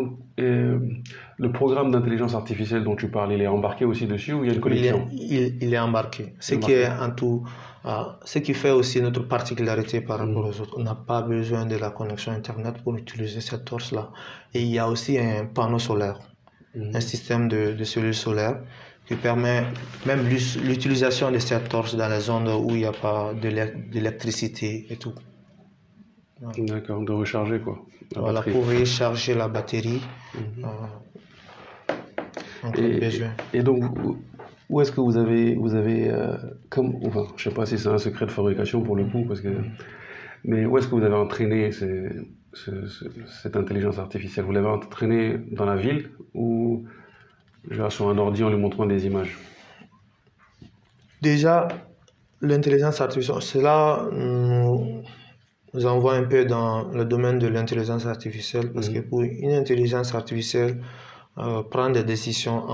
le programme d'intelligence artificielle dont tu parles, il est embarqué aussi dessus ou il y a une connexion? Il est embarqué. Ce qui fait aussi notre particularité par rapport aux autres. On n'a pas besoin de la connexion Internet pour utiliser cette torche-là. Et il y a aussi un panneau solaire, un système de cellules solaires qui permet même l'utilisation de cette torche dans les zones où il n'y a pas d'électricité et tout. D'accord, de recharger quoi. Voilà, pour recharger la batterie. en cas de besoin. Et donc, où est-ce que vous avez enfin, je sais pas si c'est un secret de fabrication pour le coup, mais où est-ce que vous avez entraîné cette intelligence artificielle? Vous l'avez entraîné dans la ville ou genre sur un ordi en lui montrant des images? Déjà, l'intelligence artificielle, cela nous envoie un peu dans le domaine de l'intelligence artificielle parce que pour une intelligence artificielle, prendre des décisions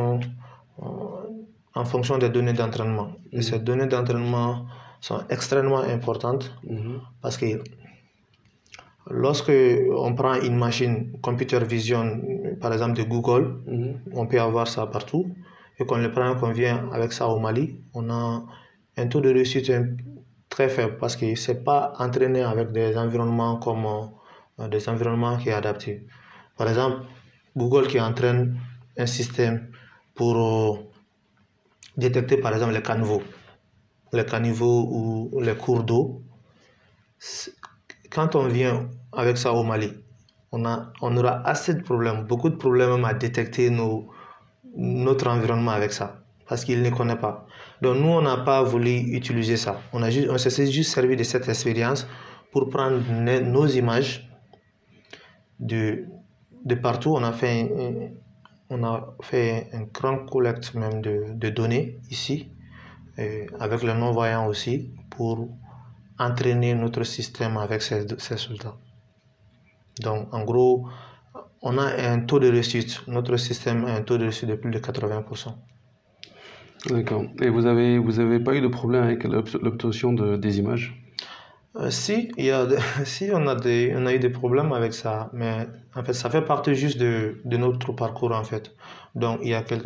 en fonction des données d'entraînement. Et ces données d'entraînement sont extrêmement importantes parce que lorsque on prend une machine computer vision, par exemple de Google, on peut avoir ça partout, et qu'on vient avec ça au Mali, on a un taux de réussite très faible parce que c'est pas entraîné avec des environnements comme des environnements qui est adapté. Par exemple, Google qui entraîne un système pour détecter par exemple les caniveaux ou les cours d'eau. Quand on vient avec ça au Mali, on aura assez de problèmes, beaucoup de problèmes même à détecter notre environnement avec ça, parce qu'il ne connaît pas. Donc nous, on n'a pas voulu utiliser ça. On s'est juste servi de cette expérience pour prendre nos images de partout. On a fait une grande collecte même de données ici, avec les non-voyants aussi, pour entraîner notre système avec ces soldats. Donc, en gros, on a un taux de réussite. Notre système a un taux de réussite de plus de 80%. D'accord. Et vous avez pas eu de problème avec l'obtention des images? Si, on a eu des problèmes avec ça, mais en fait, ça fait partie juste de notre parcours en fait. Donc,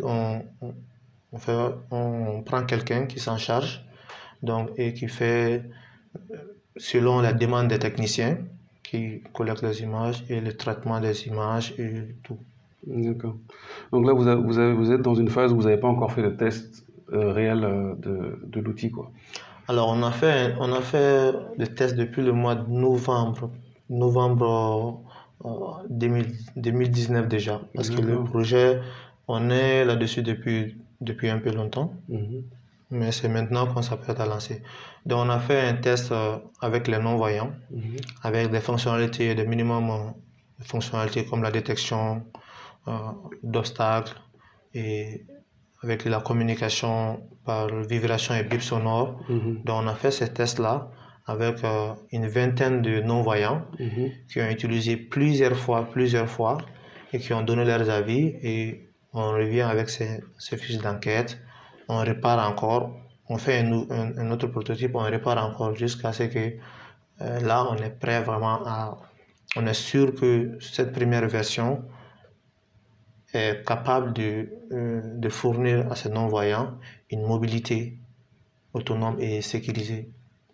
on prend quelqu'un qui s'en charge, donc, et qui fait selon la demande des techniciens qui collectent les images et le traitement des images et tout. D'accord. Donc là, vous êtes dans une phase où vous n'avez pas encore fait de test réel de l'outil, quoi. Alors, on a fait des tests depuis le mois de novembre 2019 déjà, parce que le projet, on est là-dessus depuis un peu longtemps, mais c'est maintenant qu'on s'apprête à lancer. Donc, on a fait un test avec les non-voyants, avec des fonctionnalités, des minimums de fonctionnalités comme la détection d'obstacles et avec la communication par vibration et bip sonore. Donc, on a fait ces tests-là avec une vingtaine de non-voyants qui ont utilisé plusieurs fois et qui ont donné leurs avis, et on revient avec ces fiches d'enquête, on répare encore, on fait un autre prototype, on répare encore jusqu'à ce que là on est prêt vraiment on est sûr que cette première version est capable de fournir à ces non-voyants une mobilité autonome et sécurisée.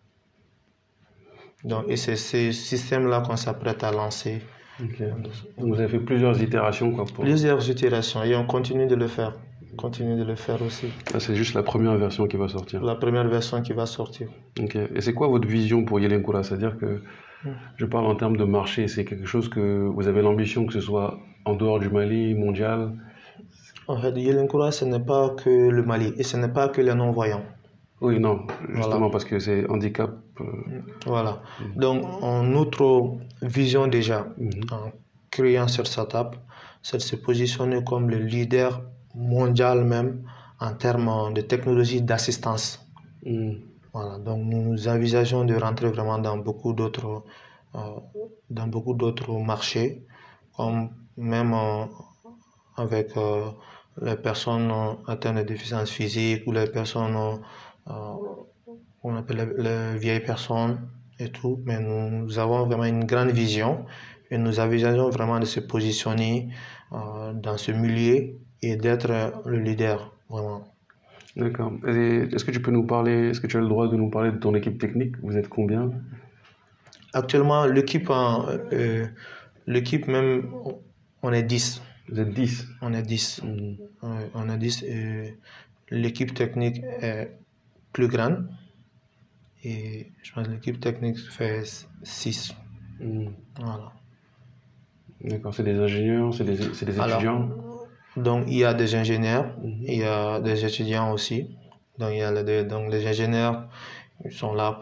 Donc, et c'est ce système-là qu'on s'apprête à lancer. Okay. Donc, vous avez fait plusieurs itérations, quoi. Plusieurs itérations, et on continue de le faire. Aussi. Ah, c'est juste la première version qui va sortir. La première version qui va sortir. Ok. Et c'est quoi votre vision pour Yelenkura? C'est-à-dire que je parle en termes de marché. C'est quelque chose que vous avez l'ambition que ce soit en dehors du Mali, mondial? En fait, Yelenkura, ce n'est pas que le Mali et ce n'est pas que les non-voyants. Oui, non, justement voilà. Parce que c'est handicap. Voilà. Donc, notre vision déjà, en créant cette startup, c'est de se positionner comme le leader mondial même en termes de technologie d'assistance. Voilà. Donc, nous envisageons de rentrer vraiment dans beaucoup d'autres marchés, comme même avec les personnes atteintes de déficience physique ou les personnes on appelle les vieilles personnes et tout, mais nous avons vraiment une grande vision et nous envisageons vraiment de se positionner dans ce milieu et d'être le leader, vraiment. D'accord. Est-ce que tu peux nous parler, est-ce que tu as le droit de nous parler de ton équipe technique? Vous êtes combien? Actuellement, l'équipe même, on est 10. Vous êtes 10? On est 10. On est 10 et l'équipe technique est plus grande. Et je pense que l'équipe technique fait 6. Voilà. D'accord, c'est des ingénieurs, c'est des étudiants? Donc, il y a des ingénieurs, il y a des étudiants aussi. Donc, il y a donc les ingénieurs, ils sont là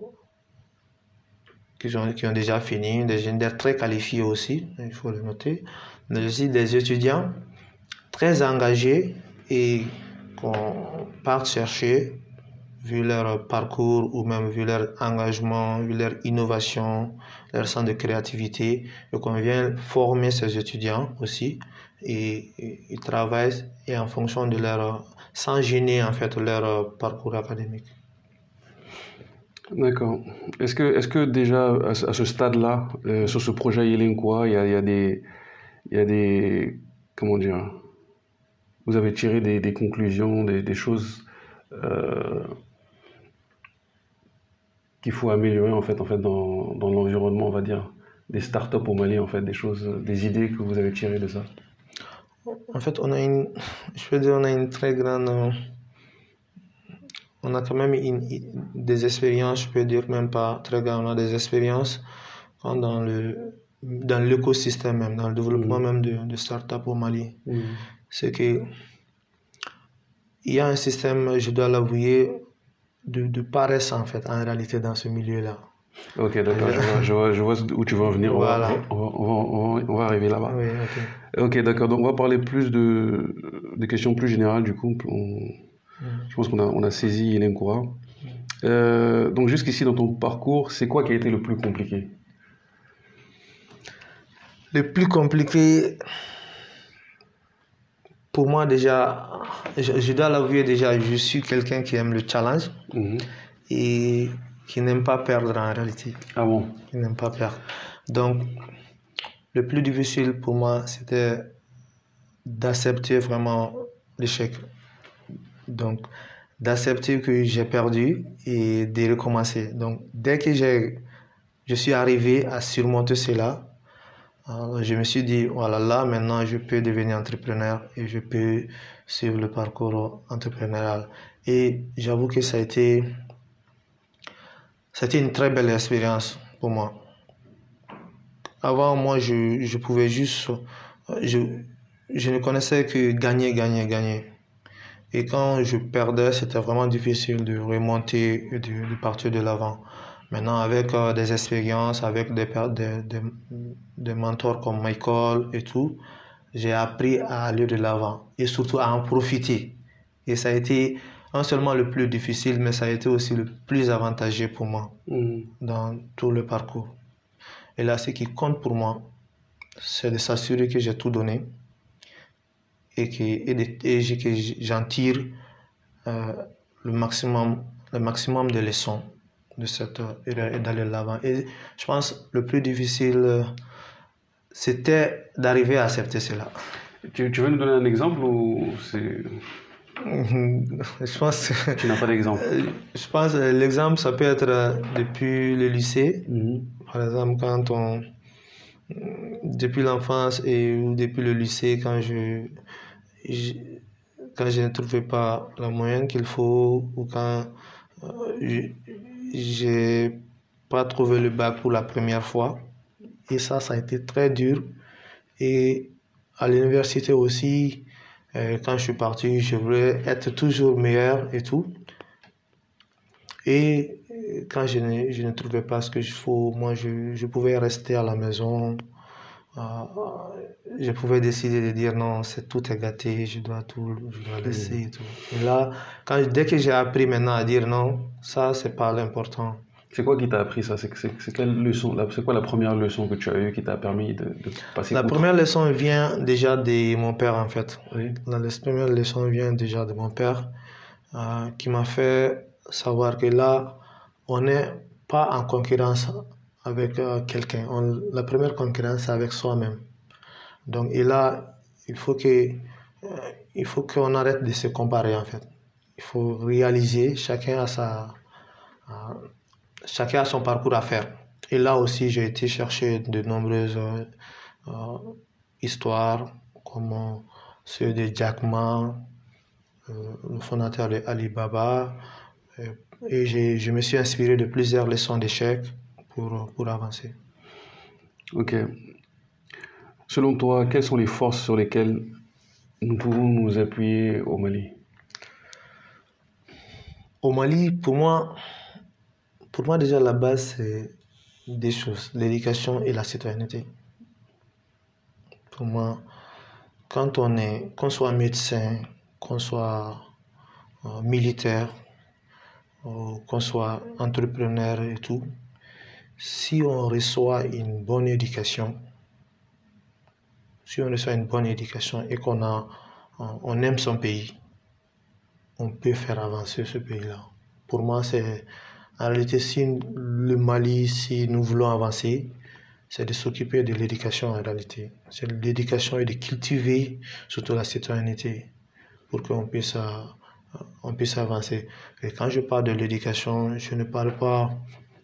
qui ont déjà fini, des ingénieurs très qualifiés aussi, il faut le noter. Mais aussi des étudiants très engagés et qu'on part chercher, vu leur parcours ou même vu leur engagement, vu leur innovation, leur sens de créativité, et qu'on vient former ces étudiants aussi. Et ils travaillent et en fonction de sans gêner en fait leur parcours académique. D'accord. Est-ce que déjà à ce stade-là, sur ce projet Yelenkoa, il y a des, comment dire, vous avez tiré des conclusions, des choses qu'il faut améliorer en fait dans l'environnement, on va dire, des startups au Mali, en fait, des choses, des idées que vous avez tirées de ça? En fait, on a une très grande, on a quand même des expériences, je peux dire même pas très grand, on a des expériences dans l'écosystème même, dans le développement même de start-up au Mali. C'est que il y a un système, je dois l'avouer, de paresse en fait, en réalité, dans ce milieu-là. Ok, d'accord, je vois où tu veux en venir. Voilà. On va arriver là-bas. Oui, ok. Ok, d'accord. Donc, on va parler plus de questions plus générales, du coup. Je pense qu'on a saisi Yelenkoa. Donc, jusqu'ici, dans ton parcours, c'est quoi qui a été le plus compliqué? Le plus compliqué, pour moi, déjà, je dois l'avouer, déjà, je suis quelqu'un qui aime le challenge et qui n'aime pas perdre en réalité. Ah bon? Qui n'aime pas perdre. Donc, le plus difficile pour moi, c'était d'accepter vraiment l'échec. Donc, d'accepter que j'ai perdu et de recommencer. Donc, dès que je suis arrivé à surmonter cela, je me suis dit, voilà, là, maintenant, je peux devenir entrepreneur et je peux suivre le parcours entrepreneurial. Et j'avoue que ça a été une très belle expérience pour moi. Avant, moi, je pouvais juste... Je ne connaissais que gagner, gagner, gagner. Et quand je perdais, c'était vraiment difficile de remonter et de partir de l'avant. Maintenant, avec des expériences, avec des mentors comme Michael et tout, j'ai appris à aller de l'avant et surtout à en profiter. Et ça a été non seulement le plus difficile, mais ça a été aussi le plus avantageux pour moi dans tout le parcours. Et là, ce qui compte pour moi, c'est de s'assurer que j'ai tout donné et que j'en tire le maximum de leçons de cette erreur et d'aller de l'avant. Et je pense le plus difficile, c'était d'arriver à accepter cela. Tu veux nous donner un exemple ou c'est... Je pense... Tu n'as pas d'exemple? Je pense que l'exemple, ça peut être depuis le lycée. Par exemple, depuis l'enfance ou depuis le lycée, quand je ne trouvais pas la moyenne qu'il faut ou quand j'ai pas trouvé le bac pour la première fois. Et ça a été très dur. Et à l'université aussi, quand je suis parti, je voulais être toujours meilleur et tout. Et quand je ne trouvais pas ce que je faut, moi je pouvais rester à la maison. Je pouvais décider de dire non, tout est gâté, je dois laisser et tout. Et là, dès que j'ai appris maintenant à dire non, ça c'est pas l'important. C'est quoi qui t'a appris ça? C'est quelle leçon? C'est quoi la première leçon que tu as eue qui t'a permis de passer? La première leçon vient déjà de mon père en fait. Oui. La première leçon vient déjà de mon père qui m'a fait savoir que là, on n'est pas en concurrence avec quelqu'un. La première concurrence, c'est avec soi-même. Donc, et là, il faut qu'on arrête de se comparer en fait. Il faut réaliser, chacun a son parcours à faire. Et là aussi, j'ai été chercher de nombreuses histoires, comme ceux de Jack Ma, le fondateur de Alibaba. Et je me suis inspiré de plusieurs leçons d'échecs pour avancer. Ok. Selon toi, quelles sont les forces sur lesquelles nous pouvons nous appuyer au Mali? Au Mali, pour moi déjà la base c'est des choses, l'éducation et la citoyenneté. Pour moi, qu'on soit médecin, qu'on soit militaire, qu'on soit entrepreneur et tout, si on reçoit une bonne éducation, et on aime son pays, on peut faire avancer ce pays-là. Pour moi, en réalité, si nous voulons avancer, c'est de s'occuper de l'éducation en réalité. C'est l'éducation et de cultiver surtout la citoyenneté pour qu'on puisse avancer. Et quand je parle de l'éducation, je parle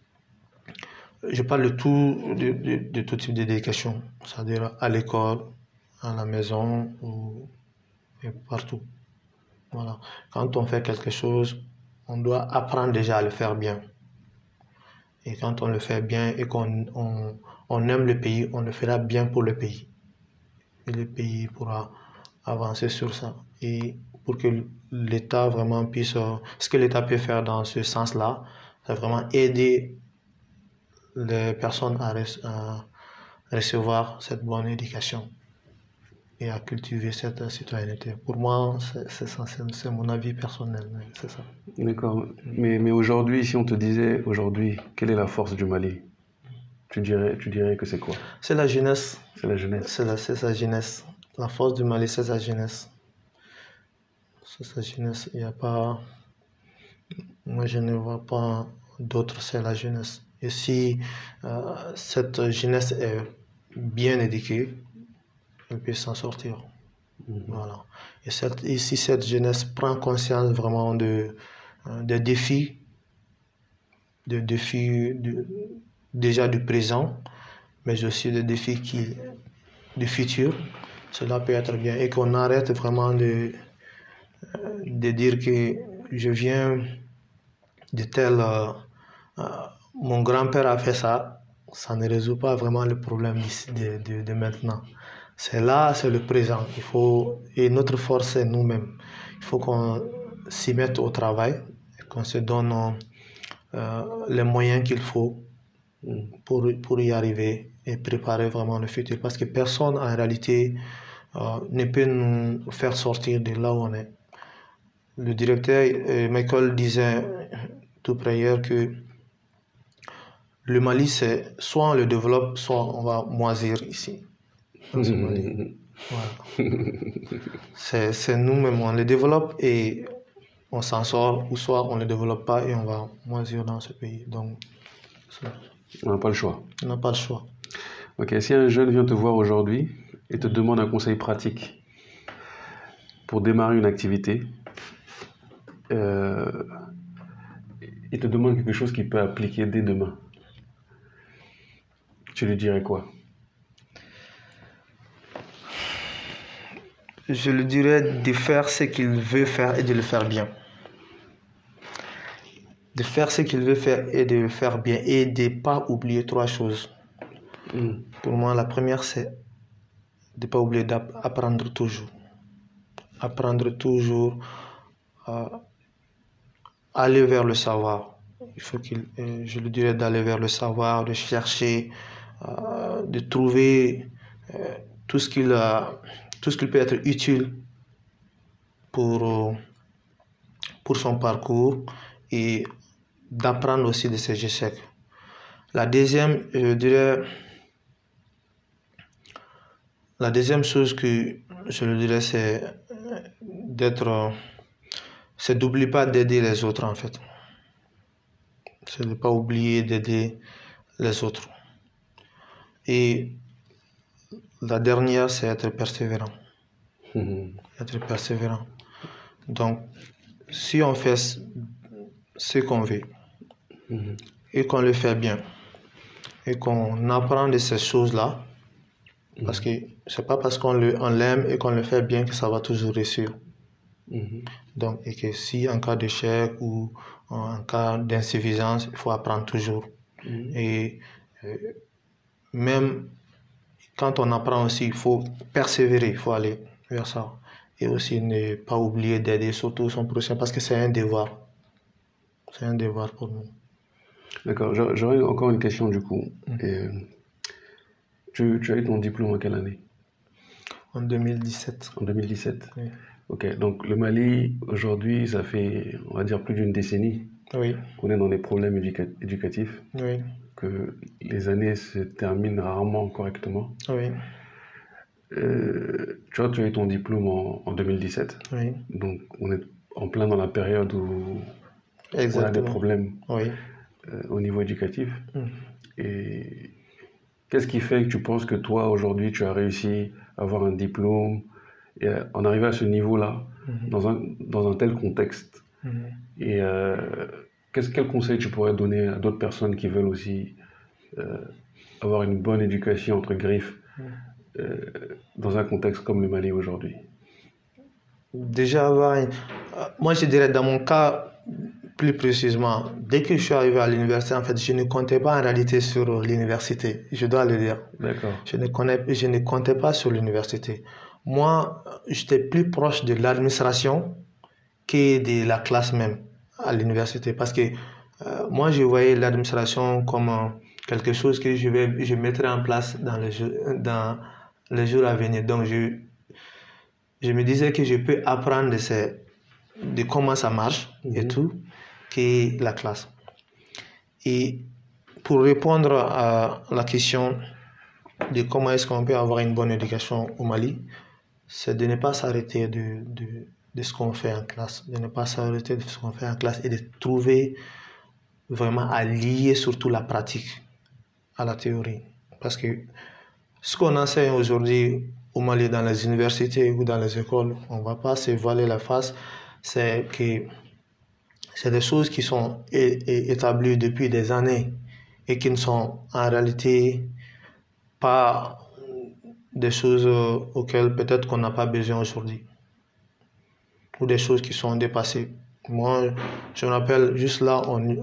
de tout type d'éducation, c'est-à-dire à l'école, à la maison et partout. Voilà. Quand on fait quelque chose, on doit apprendre déjà à le faire bien. Et quand on le fait bien et qu'on aime le pays, on le fera bien pour le pays. Et le pays pourra avancer sur ça. Et pour que l'État vraiment puisse... ce que l'État peut faire dans ce sens-là, c'est vraiment aider les personnes à recevoir cette bonne éducation et à cultiver cette citoyenneté. Pour moi, c'est mon avis personnel, c'est ça. D'accord. Mais aujourd'hui, si on te disait aujourd'hui, quelle est la force du Mali? Tu dirais que c'est quoi? C'est la jeunesse. C'est la jeunesse. C'est sa jeunesse. La force du Mali, c'est sa jeunesse. C'est sa jeunesse. Il n'y a pas... Moi, je ne vois pas d'autre, c'est la jeunesse. Et si cette jeunesse est bien éduquée, elle peut s'en sortir. Voilà. Et si cette jeunesse prend conscience vraiment des défis, déjà du présent, mais aussi des défis du futur, cela peut être bien. Et qu'on arrête vraiment de dire que je viens de tel... mon grand-père a fait ça, ça ne résout pas vraiment le problème de maintenant. C'est le présent. Et notre force, c'est nous-mêmes. Il faut qu'on s'y mette au travail, qu'on se donne les moyens qu'il faut pour y arriver et préparer vraiment le futur. Parce que personne, en réalité, ne peut nous faire sortir de là où on est. Le directeur Michael disait tout près hier que le Mali, c'est soit on le développe, soit on va moisir ici. Dans ce Mali. Voilà. C'est nous-mêmes, on le développe et on s'en sort, ou soit on ne le développe pas et on va moisir dans ce pays. Donc, on n'a pas le choix. On n'a pas le choix. Ok, si un jeune vient te voir aujourd'hui et te demande un conseil pratique pour démarrer une activité, il te demande quelque chose qu'il peut appliquer dès demain, tu lui dirais quoi? Je lui dirais de faire ce qu'il veut faire et de le faire bien. De faire ce qu'il veut faire et de le faire bien et de ne pas oublier 3 choses. Pour moi, la première, c'est de ne pas oublier d'apprendre toujours. Apprendre toujours, aller vers le savoir. Je lui dirais d'aller vers le savoir, de chercher, de trouver tout ce qu'il peut être utile pour son parcours et d'apprendre aussi de ses échecs. La deuxième chose que je lui dirais, c'est d'oublier pas d'aider les autres en fait. C'est de ne pas oublier d'aider les autres. Et la dernière, c'est être persévérant. Être persévérant. Donc, si on fait ce qu'on veut et qu'on le fait bien et qu'on apprend de ces choses-là, parce que c'est pas parce qu'on l'aime et qu'on le fait bien que ça va toujours réussir. Donc, et que si en cas d'échec ou en cas d'insuffisance, il faut apprendre toujours. Et même quand on apprend aussi, il faut persévérer, il faut aller vers ça. et aussi ne pas oublier d'aider surtout son prochain parce que c'est un devoir. C'est un devoir pour nous. D'accord, j'aurais encore une question du coup. Et, tu as eu ton diplôme en quelle année? En 2017. En 2017. Oui. Ok, donc le Mali, aujourd'hui, ça fait, on va dire, plus d'une décennie Oui. qu'on est dans des problèmes éducatifs, Oui. que les années se terminent rarement correctement. Oui. Tu vois, tu as eu ton diplôme en 2017. Oui. Donc, on est en plein dans la période où on a des Exactement. problèmes Oui. au niveau éducatif. Et qu'est-ce qui fait que tu penses que toi, aujourd'hui, tu as réussi à avoir un diplôme et en arriver à ce niveau-là, dans un tel contexte? Et quel conseil tu pourrais donner à d'autres personnes qui veulent aussi avoir une bonne éducation, entre griffes, dans un contexte comme le Mali aujourd'hui? Déjà, moi je dirais dans mon cas, plus précisément, dès que je suis arrivé à l'université, en fait, je ne comptais pas en réalité sur l'université, je dois le dire. D'accord. Je ne comptais pas sur l'université. Moi, j'étais plus proche de l'administration que de la classe même à l'université parce que moi, je voyais l'administration comme quelque chose que je mettrais en place dans les jours à venir. Donc, je me disais que je peux apprendre de comment ça marche et tout, que la classe. Et pour répondre à la question de comment est-ce qu'on peut avoir une bonne éducation au Mali, c'est de ne pas s'arrêter de ce qu'on fait en classe, de ne pas s'arrêter de ce qu'on fait en classe et de trouver vraiment à lier surtout la pratique à la théorie. Parce que ce qu'on enseigne aujourd'hui au Mali dans les universités ou dans les écoles, on ne va pas se voiler la face, c'est que c'est des choses qui sont établies depuis des années et qui ne sont en réalité pas des choses auxquelles peut-être qu'on n'a pas besoin aujourd'hui ou des choses qui sont dépassées. Moi, je me rappelle juste là,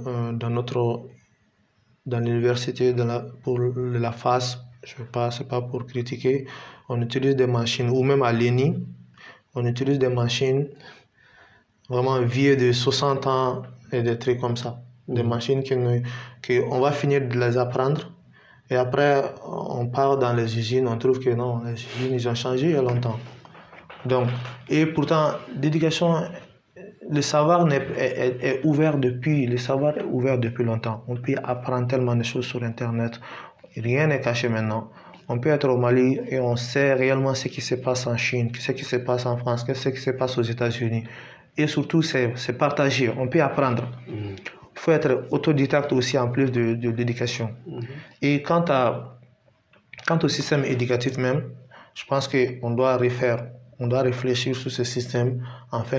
dans l'université, pour la FAS, c'est pas pour critiquer, on utilise des machines, ou même à l'ENI, on utilise des machines vraiment vieilles de 60 ans et des trucs comme ça. Des machines qu'on va finir de les apprendre. Et après, on part dans les usines, on trouve que non, les usines, ils ont changé il y a longtemps. Donc, et pourtant, l'éducation, le savoir est ouvert depuis longtemps. On peut apprendre tellement de choses sur Internet. Rien n'est caché maintenant. On peut être au Mali et on sait réellement ce qui se passe en Chine, ce qui se passe en France, ce qui se passe aux États-Unis. Et surtout, c'est partagé. On peut apprendre. Il faut être autodidacte aussi en plus de l'éducation. Et quant au système éducatif même, je pense qu'on doit réfléchir sur ce système afin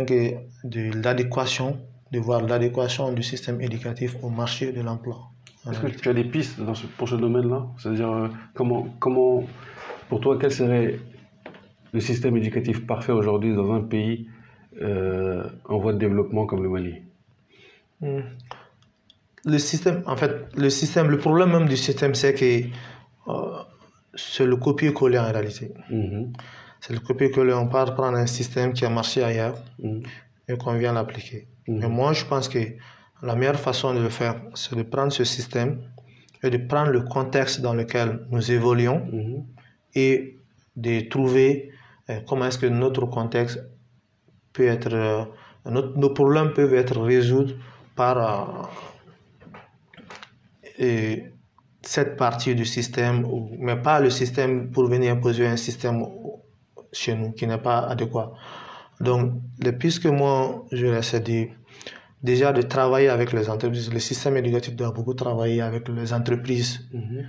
de voir l'adéquation du système éducatif au marché de l'emploi. Est-ce que tu as des pistes pour ce domaine-là? C'est-à-dire, comment, pour toi, quel serait le système éducatif parfait aujourd'hui dans un pays en voie de développement comme le Mali? Le problème même du système, c'est que c'est le copier-coller en réalité. C'est le copier-coller. On part prendre un système qui a marché ailleurs et qu'on vient l'appliquer. Mais moi, je pense que la meilleure façon de le faire, c'est de prendre ce système et de prendre le contexte dans lequel nous évoluons et de trouver comment est-ce que notre contexte peut être... nos problèmes peuvent être résolus par cette partie du système, mais pas le système pour venir imposer un système chez nous qui n'est pas adéquat. Donc, les pistes que moi, je laisse déjà de travailler avec les entreprises. Le système éducatif doit beaucoup travailler avec les entreprises,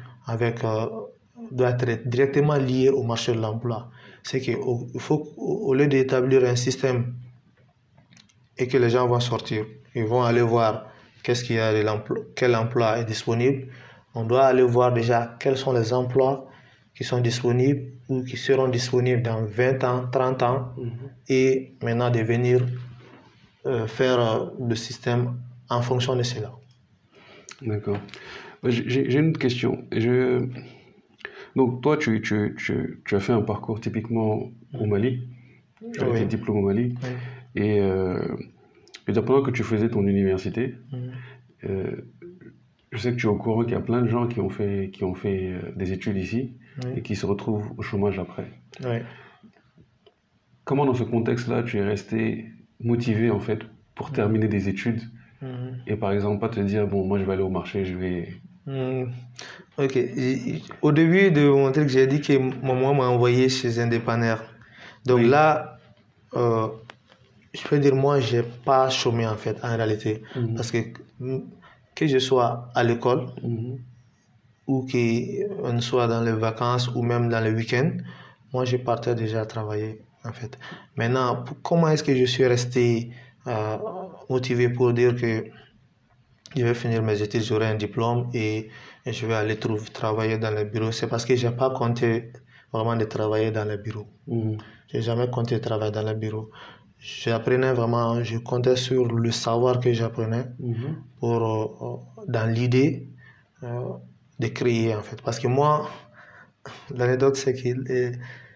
doit être directement lié au marché de l'emploi. C'est qu'il faut, au lieu d'établir un système et que les gens vont sortir, ils vont aller voir quel emploi est disponible. On doit aller voir déjà quels sont les emplois qui sont disponibles ou qui seront disponibles dans 20 ans, 30 ans, et maintenant de venir faire le système en fonction de cela. D'accord. J'ai une autre question. Donc toi, tu as fait un parcours typiquement au Mali. Tu as été diplômé au Mali. Et pendant que tu faisais ton université, je sais que tu es au courant qu'il y a plein de gens qui ont fait des études ici et qui se retrouvent au chômage après. Comment dans ce contexte-là, tu es resté motivé en fait pour terminer des études et par exemple pas te dire bon moi je vais aller au marché, je vais... Ok. Au début de mon truc, j'ai dit que maman m'a envoyé chez un dépanneur. Donc là, je peux dire moi j'ai pas chômé en fait en réalité parce que je sois à l'école ou qu'on soit dans les vacances ou même dans les week-ends, moi je partais déjà travailler en fait. Maintenant, comment est-ce que je suis resté motivé pour dire que je vais finir mes études, j'aurai un diplôme et je vais aller travailler dans les bureaux? C'est parce que je n'ai pas compté vraiment de travailler dans les bureaux. Je n'ai jamais compté travailler dans les bureaux. J'apprenais vraiment, je comptais sur le savoir que j'apprenais pour, dans l'idée de créer en fait. Parce que moi, l'anecdote c'est que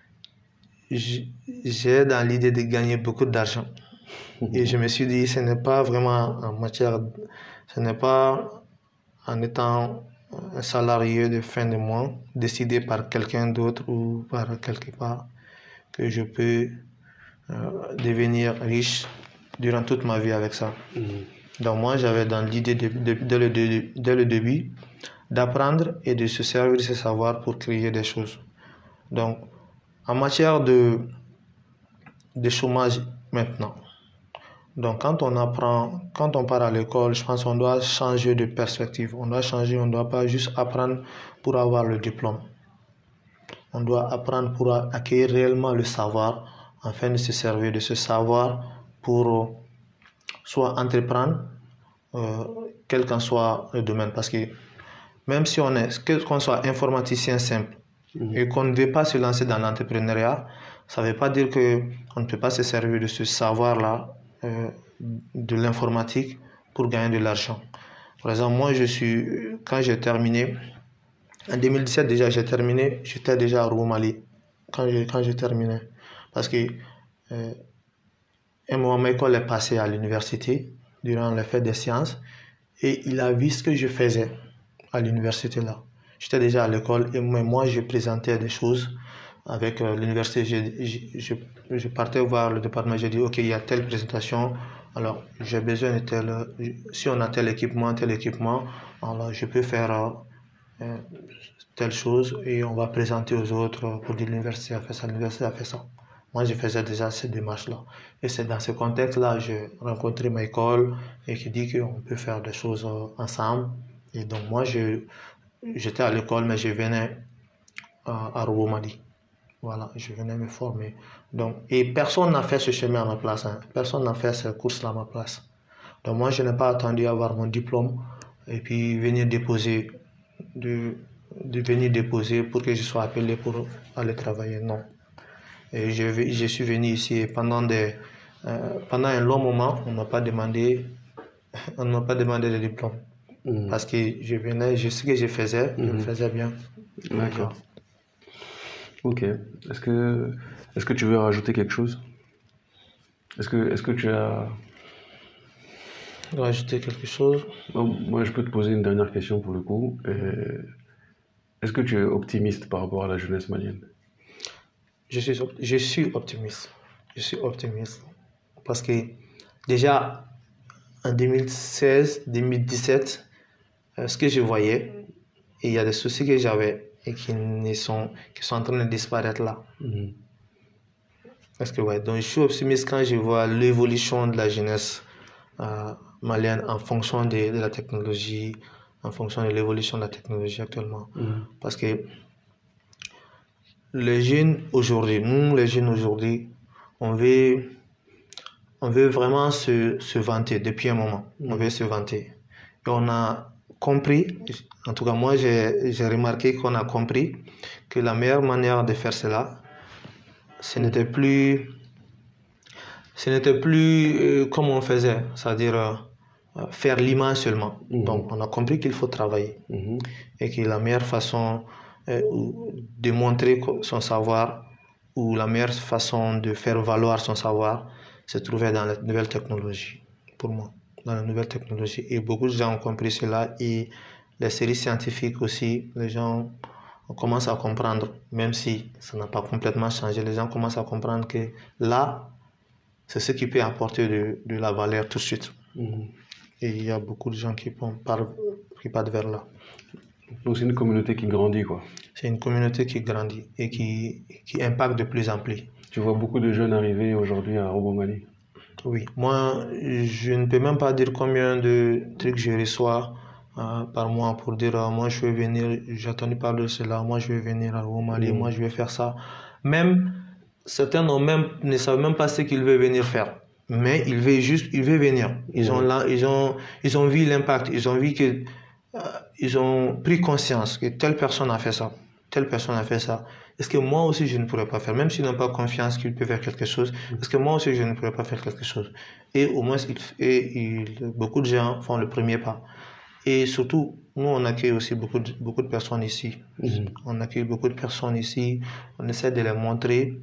j'ai dans l'idée de gagner beaucoup d'argent. Et je me suis dit, ce n'est pas vraiment en matière, ce n'est pas en étant un salarié de fin de mois, décidé par quelqu'un d'autre ou par quelque part, que je peux devenir riche durant toute ma vie avec ça. Donc moi, j'avais dans l'idée dès le début d'apprendre et de se servir de ce savoir pour créer des choses. Donc, en matière de chômage maintenant, donc quand on part à l'école, je pense qu'on doit changer de perspective. On ne doit pas juste apprendre pour avoir le diplôme. On doit apprendre pour acquérir réellement le savoir, afin de se servir de ce savoir pour soit entreprendre, quel qu'en soit le domaine. Parce que même si qu'on soit informaticien simple et qu'on ne veut pas se lancer dans l'entrepreneuriat, ça ne veut pas dire qu'on ne peut pas se servir de ce savoir-là, de l'informatique, pour gagner de l'argent. Par exemple, moi, quand j'ai terminé, en 2017 déjà, j'étais déjà à Roubaix quand j'ai terminé. Parce que mon école est passée à l'université durant les fêtes des sciences et il a vu ce que je faisais à l'université là. J'étais déjà à l'école et moi je présentais des choses avec l'université. Je partais voir le département, j'ai dit ok, il y a telle présentation, alors j'ai besoin de si on a tel équipement, alors je peux faire telle chose et on va présenter aux autres pour dire l'université a fait ça, l'université a fait ça. Moi, je faisais déjà ces démarches-là. Et c'est dans ce contexte-là que j'ai rencontré ma école et qui dit qu'on peut faire des choses ensemble. Et donc, moi, j'étais à l'école, mais je venais à Roubaix. Voilà, je venais me former. Donc, et personne n'a fait ce chemin à ma place. Personne n'a fait ces courses-là à ma place. Donc, moi, je n'ai pas attendu avoir mon diplôme et puis venir déposer, de venir déposer pour que je sois appelé pour aller travailler. Non. Et je suis venu ici et pendant un long moment, on ne m'a pas demandé de diplôme. Parce que je venais, je sais ce que je faisais, je le faisais bien. D'accord. Ok. Est-ce que tu veux rajouter quelque chose? Est-ce que tu as... Rajouter quelque chose? Moi, je peux te poser une dernière question pour le coup. Est-ce que tu es optimiste par rapport à la jeunesse malienne? Je suis optimiste. Je suis optimiste. Parce que déjà, en 2016, 2017, ce que je voyais, et il y a des soucis que j'avais et qui sont en train de disparaître là. Parce que, donc je suis optimiste quand je vois l'évolution de la jeunesse malienne en fonction de la technologie, en fonction de l'évolution de la technologie actuellement. Parce que les jeunes aujourd'hui, on veut vraiment se vanter depuis un moment. On veut se vanter. Et on a compris, en tout cas moi j'ai remarqué qu'on a compris que la meilleure manière de faire cela, ce n'était plus comme on faisait, c'est-à-dire faire l'image seulement. Donc on a compris qu'il faut travailler et que la meilleure façon de montrer son savoir où la meilleure façon de faire valoir son savoir se trouvait dans les nouvelles technologies, pour moi, dans les nouvelles technologies. Et beaucoup de gens ont compris cela, et les séries scientifiques aussi, les gens commencent à comprendre, même si ça n'a pas complètement changé, les gens commencent à comprendre que là, c'est ce qui peut apporter de la valeur tout de suite. Et il y a beaucoup de gens qui partent vers là. Donc c'est une communauté qui grandit, quoi. C'est une communauté qui grandit et qui impacte de plus en plus. Tu vois beaucoup de jeunes arriver aujourd'hui à Robo Mali. Oui, moi, je ne peux même pas dire combien de trucs je reçois par mois pour dire moi je vais venir, j'ai entendu parler de cela, moi je vais venir à Robo Mali, moi je vais faire ça. Même certains ne savent même pas ce qu'ils veulent venir faire, mais ils veulent venir. Ils ont vu l'impact, ils ont vu que ils ont pris conscience que telle personne a fait ça, telle personne a fait ça. Est-ce que moi aussi je ne pourrais pas faire, même s'ils n'ont pas confiance qu'ils peuvent faire quelque chose, est-ce que moi aussi je ne pourrais pas faire quelque chose? Et au moins, beaucoup de gens font le premier pas. Et surtout, nous on accueille aussi beaucoup de personnes ici. On accueille beaucoup de personnes ici, on essaie de les montrer.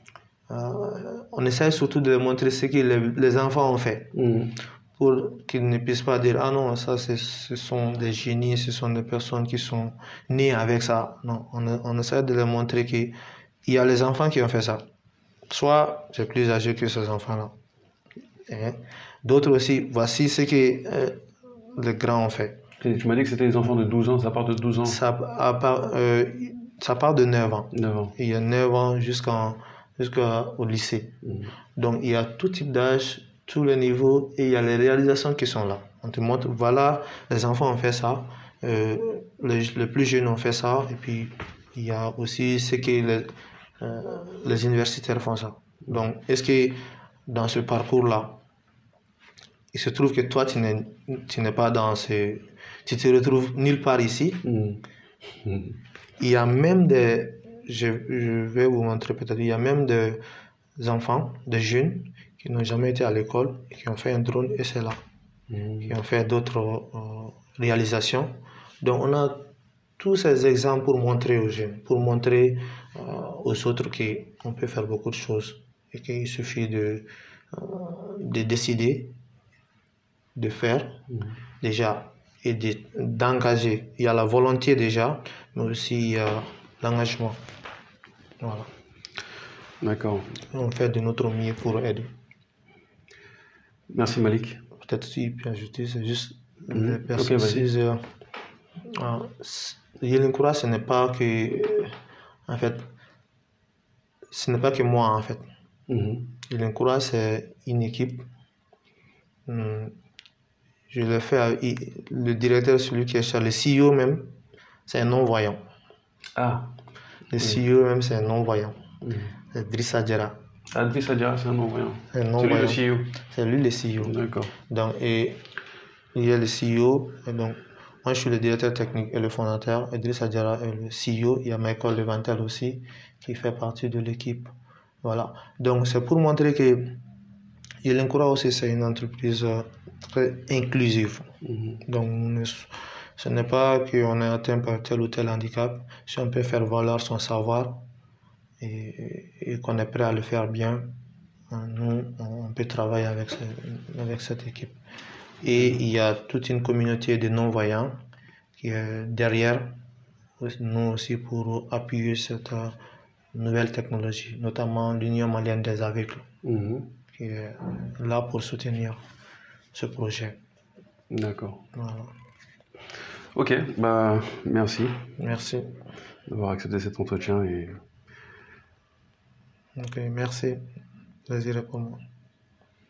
On essaie surtout de les montrer ce que les enfants ont fait. Pour qu'ils ne puissent pas dire ah non, ça ce sont des génies, ce sont des personnes qui sont nées avec ça. Non, on essaie de les montrer qu'il y a les enfants qui ont fait ça. Soit c'est plus âgé que ces enfants-là. D'autres aussi, voici ce que les grands ont fait. Tu m'as dit que c'était des enfants de 12 ans, ça part de 12 ans? Ça part de 9 ans. 9 ans. Il y a 9 ans jusqu'au lycée. Donc il y a tout type d'âge, tous les niveaux, et il y a les réalisations qui sont là. On te montre, voilà, les enfants ont fait ça, les plus jeunes ont fait ça, et puis il y a aussi ce que les universitaires font ça. Donc, est-ce que dans ce parcours-là, il se trouve que toi, tu n'es pas dans ce... Tu te retrouves nulle part ici. Il y a même des... Je vais vous montrer peut-être, il y a même des enfants, des jeunes, qui n'ont jamais été à l'école et qui ont fait un drone, et c'est là. Qui ont fait d'autres réalisations. Donc on a tous ces exemples pour montrer aux jeunes, pour montrer aux autres qu'on peut faire beaucoup de choses et qu'il suffit de décider, de faire déjà et d'engager. Il y a la volonté déjà, mais aussi il y a l'engagement. Voilà. D'accord. On fait de notre mieux pour aider. Merci Malik. Peut-être si puis ajouter, c'est juste les personnes. Yelinkura, ce n'est pas que en fait, ce n'est pas que moi en fait. Yelinkura, c'est une équipe. Je le fais avec le directeur, celui qui est Charles, le CEO même, c'est un non-voyant. Ah. Le CEO même, c'est un non-voyant. C'est Drissa Diarra. Drissa Diarra, c'est un non-voyant. C'est lui le CEO. C'est lui le CEO. D'accord. Donc, et il y a le CEO. Et donc, moi, je suis le directeur technique et le fondateur. Et Drissa Diarra est le CEO. Il y a Michael Levantel aussi, qui fait partie de l'équipe. Voilà. Donc, c'est pour montrer que Yelinkura aussi, c'est une entreprise très inclusive. Donc, ce n'est pas qu'on est atteint par tel ou tel handicap. Si on peut faire valoir son savoir et qu'on est prêt à le faire bien, nous, on peut travailler avec cette équipe. Et il y a toute une communauté de non-voyants qui est derrière nous aussi pour appuyer cette nouvelle technologie, notamment l'Union malienne des aveugles, qui est là pour soutenir ce projet. D'accord. Voilà. Ok, bah merci. Merci. D'avoir accepté cet entretien. Ok, merci. Plaisir pour moi.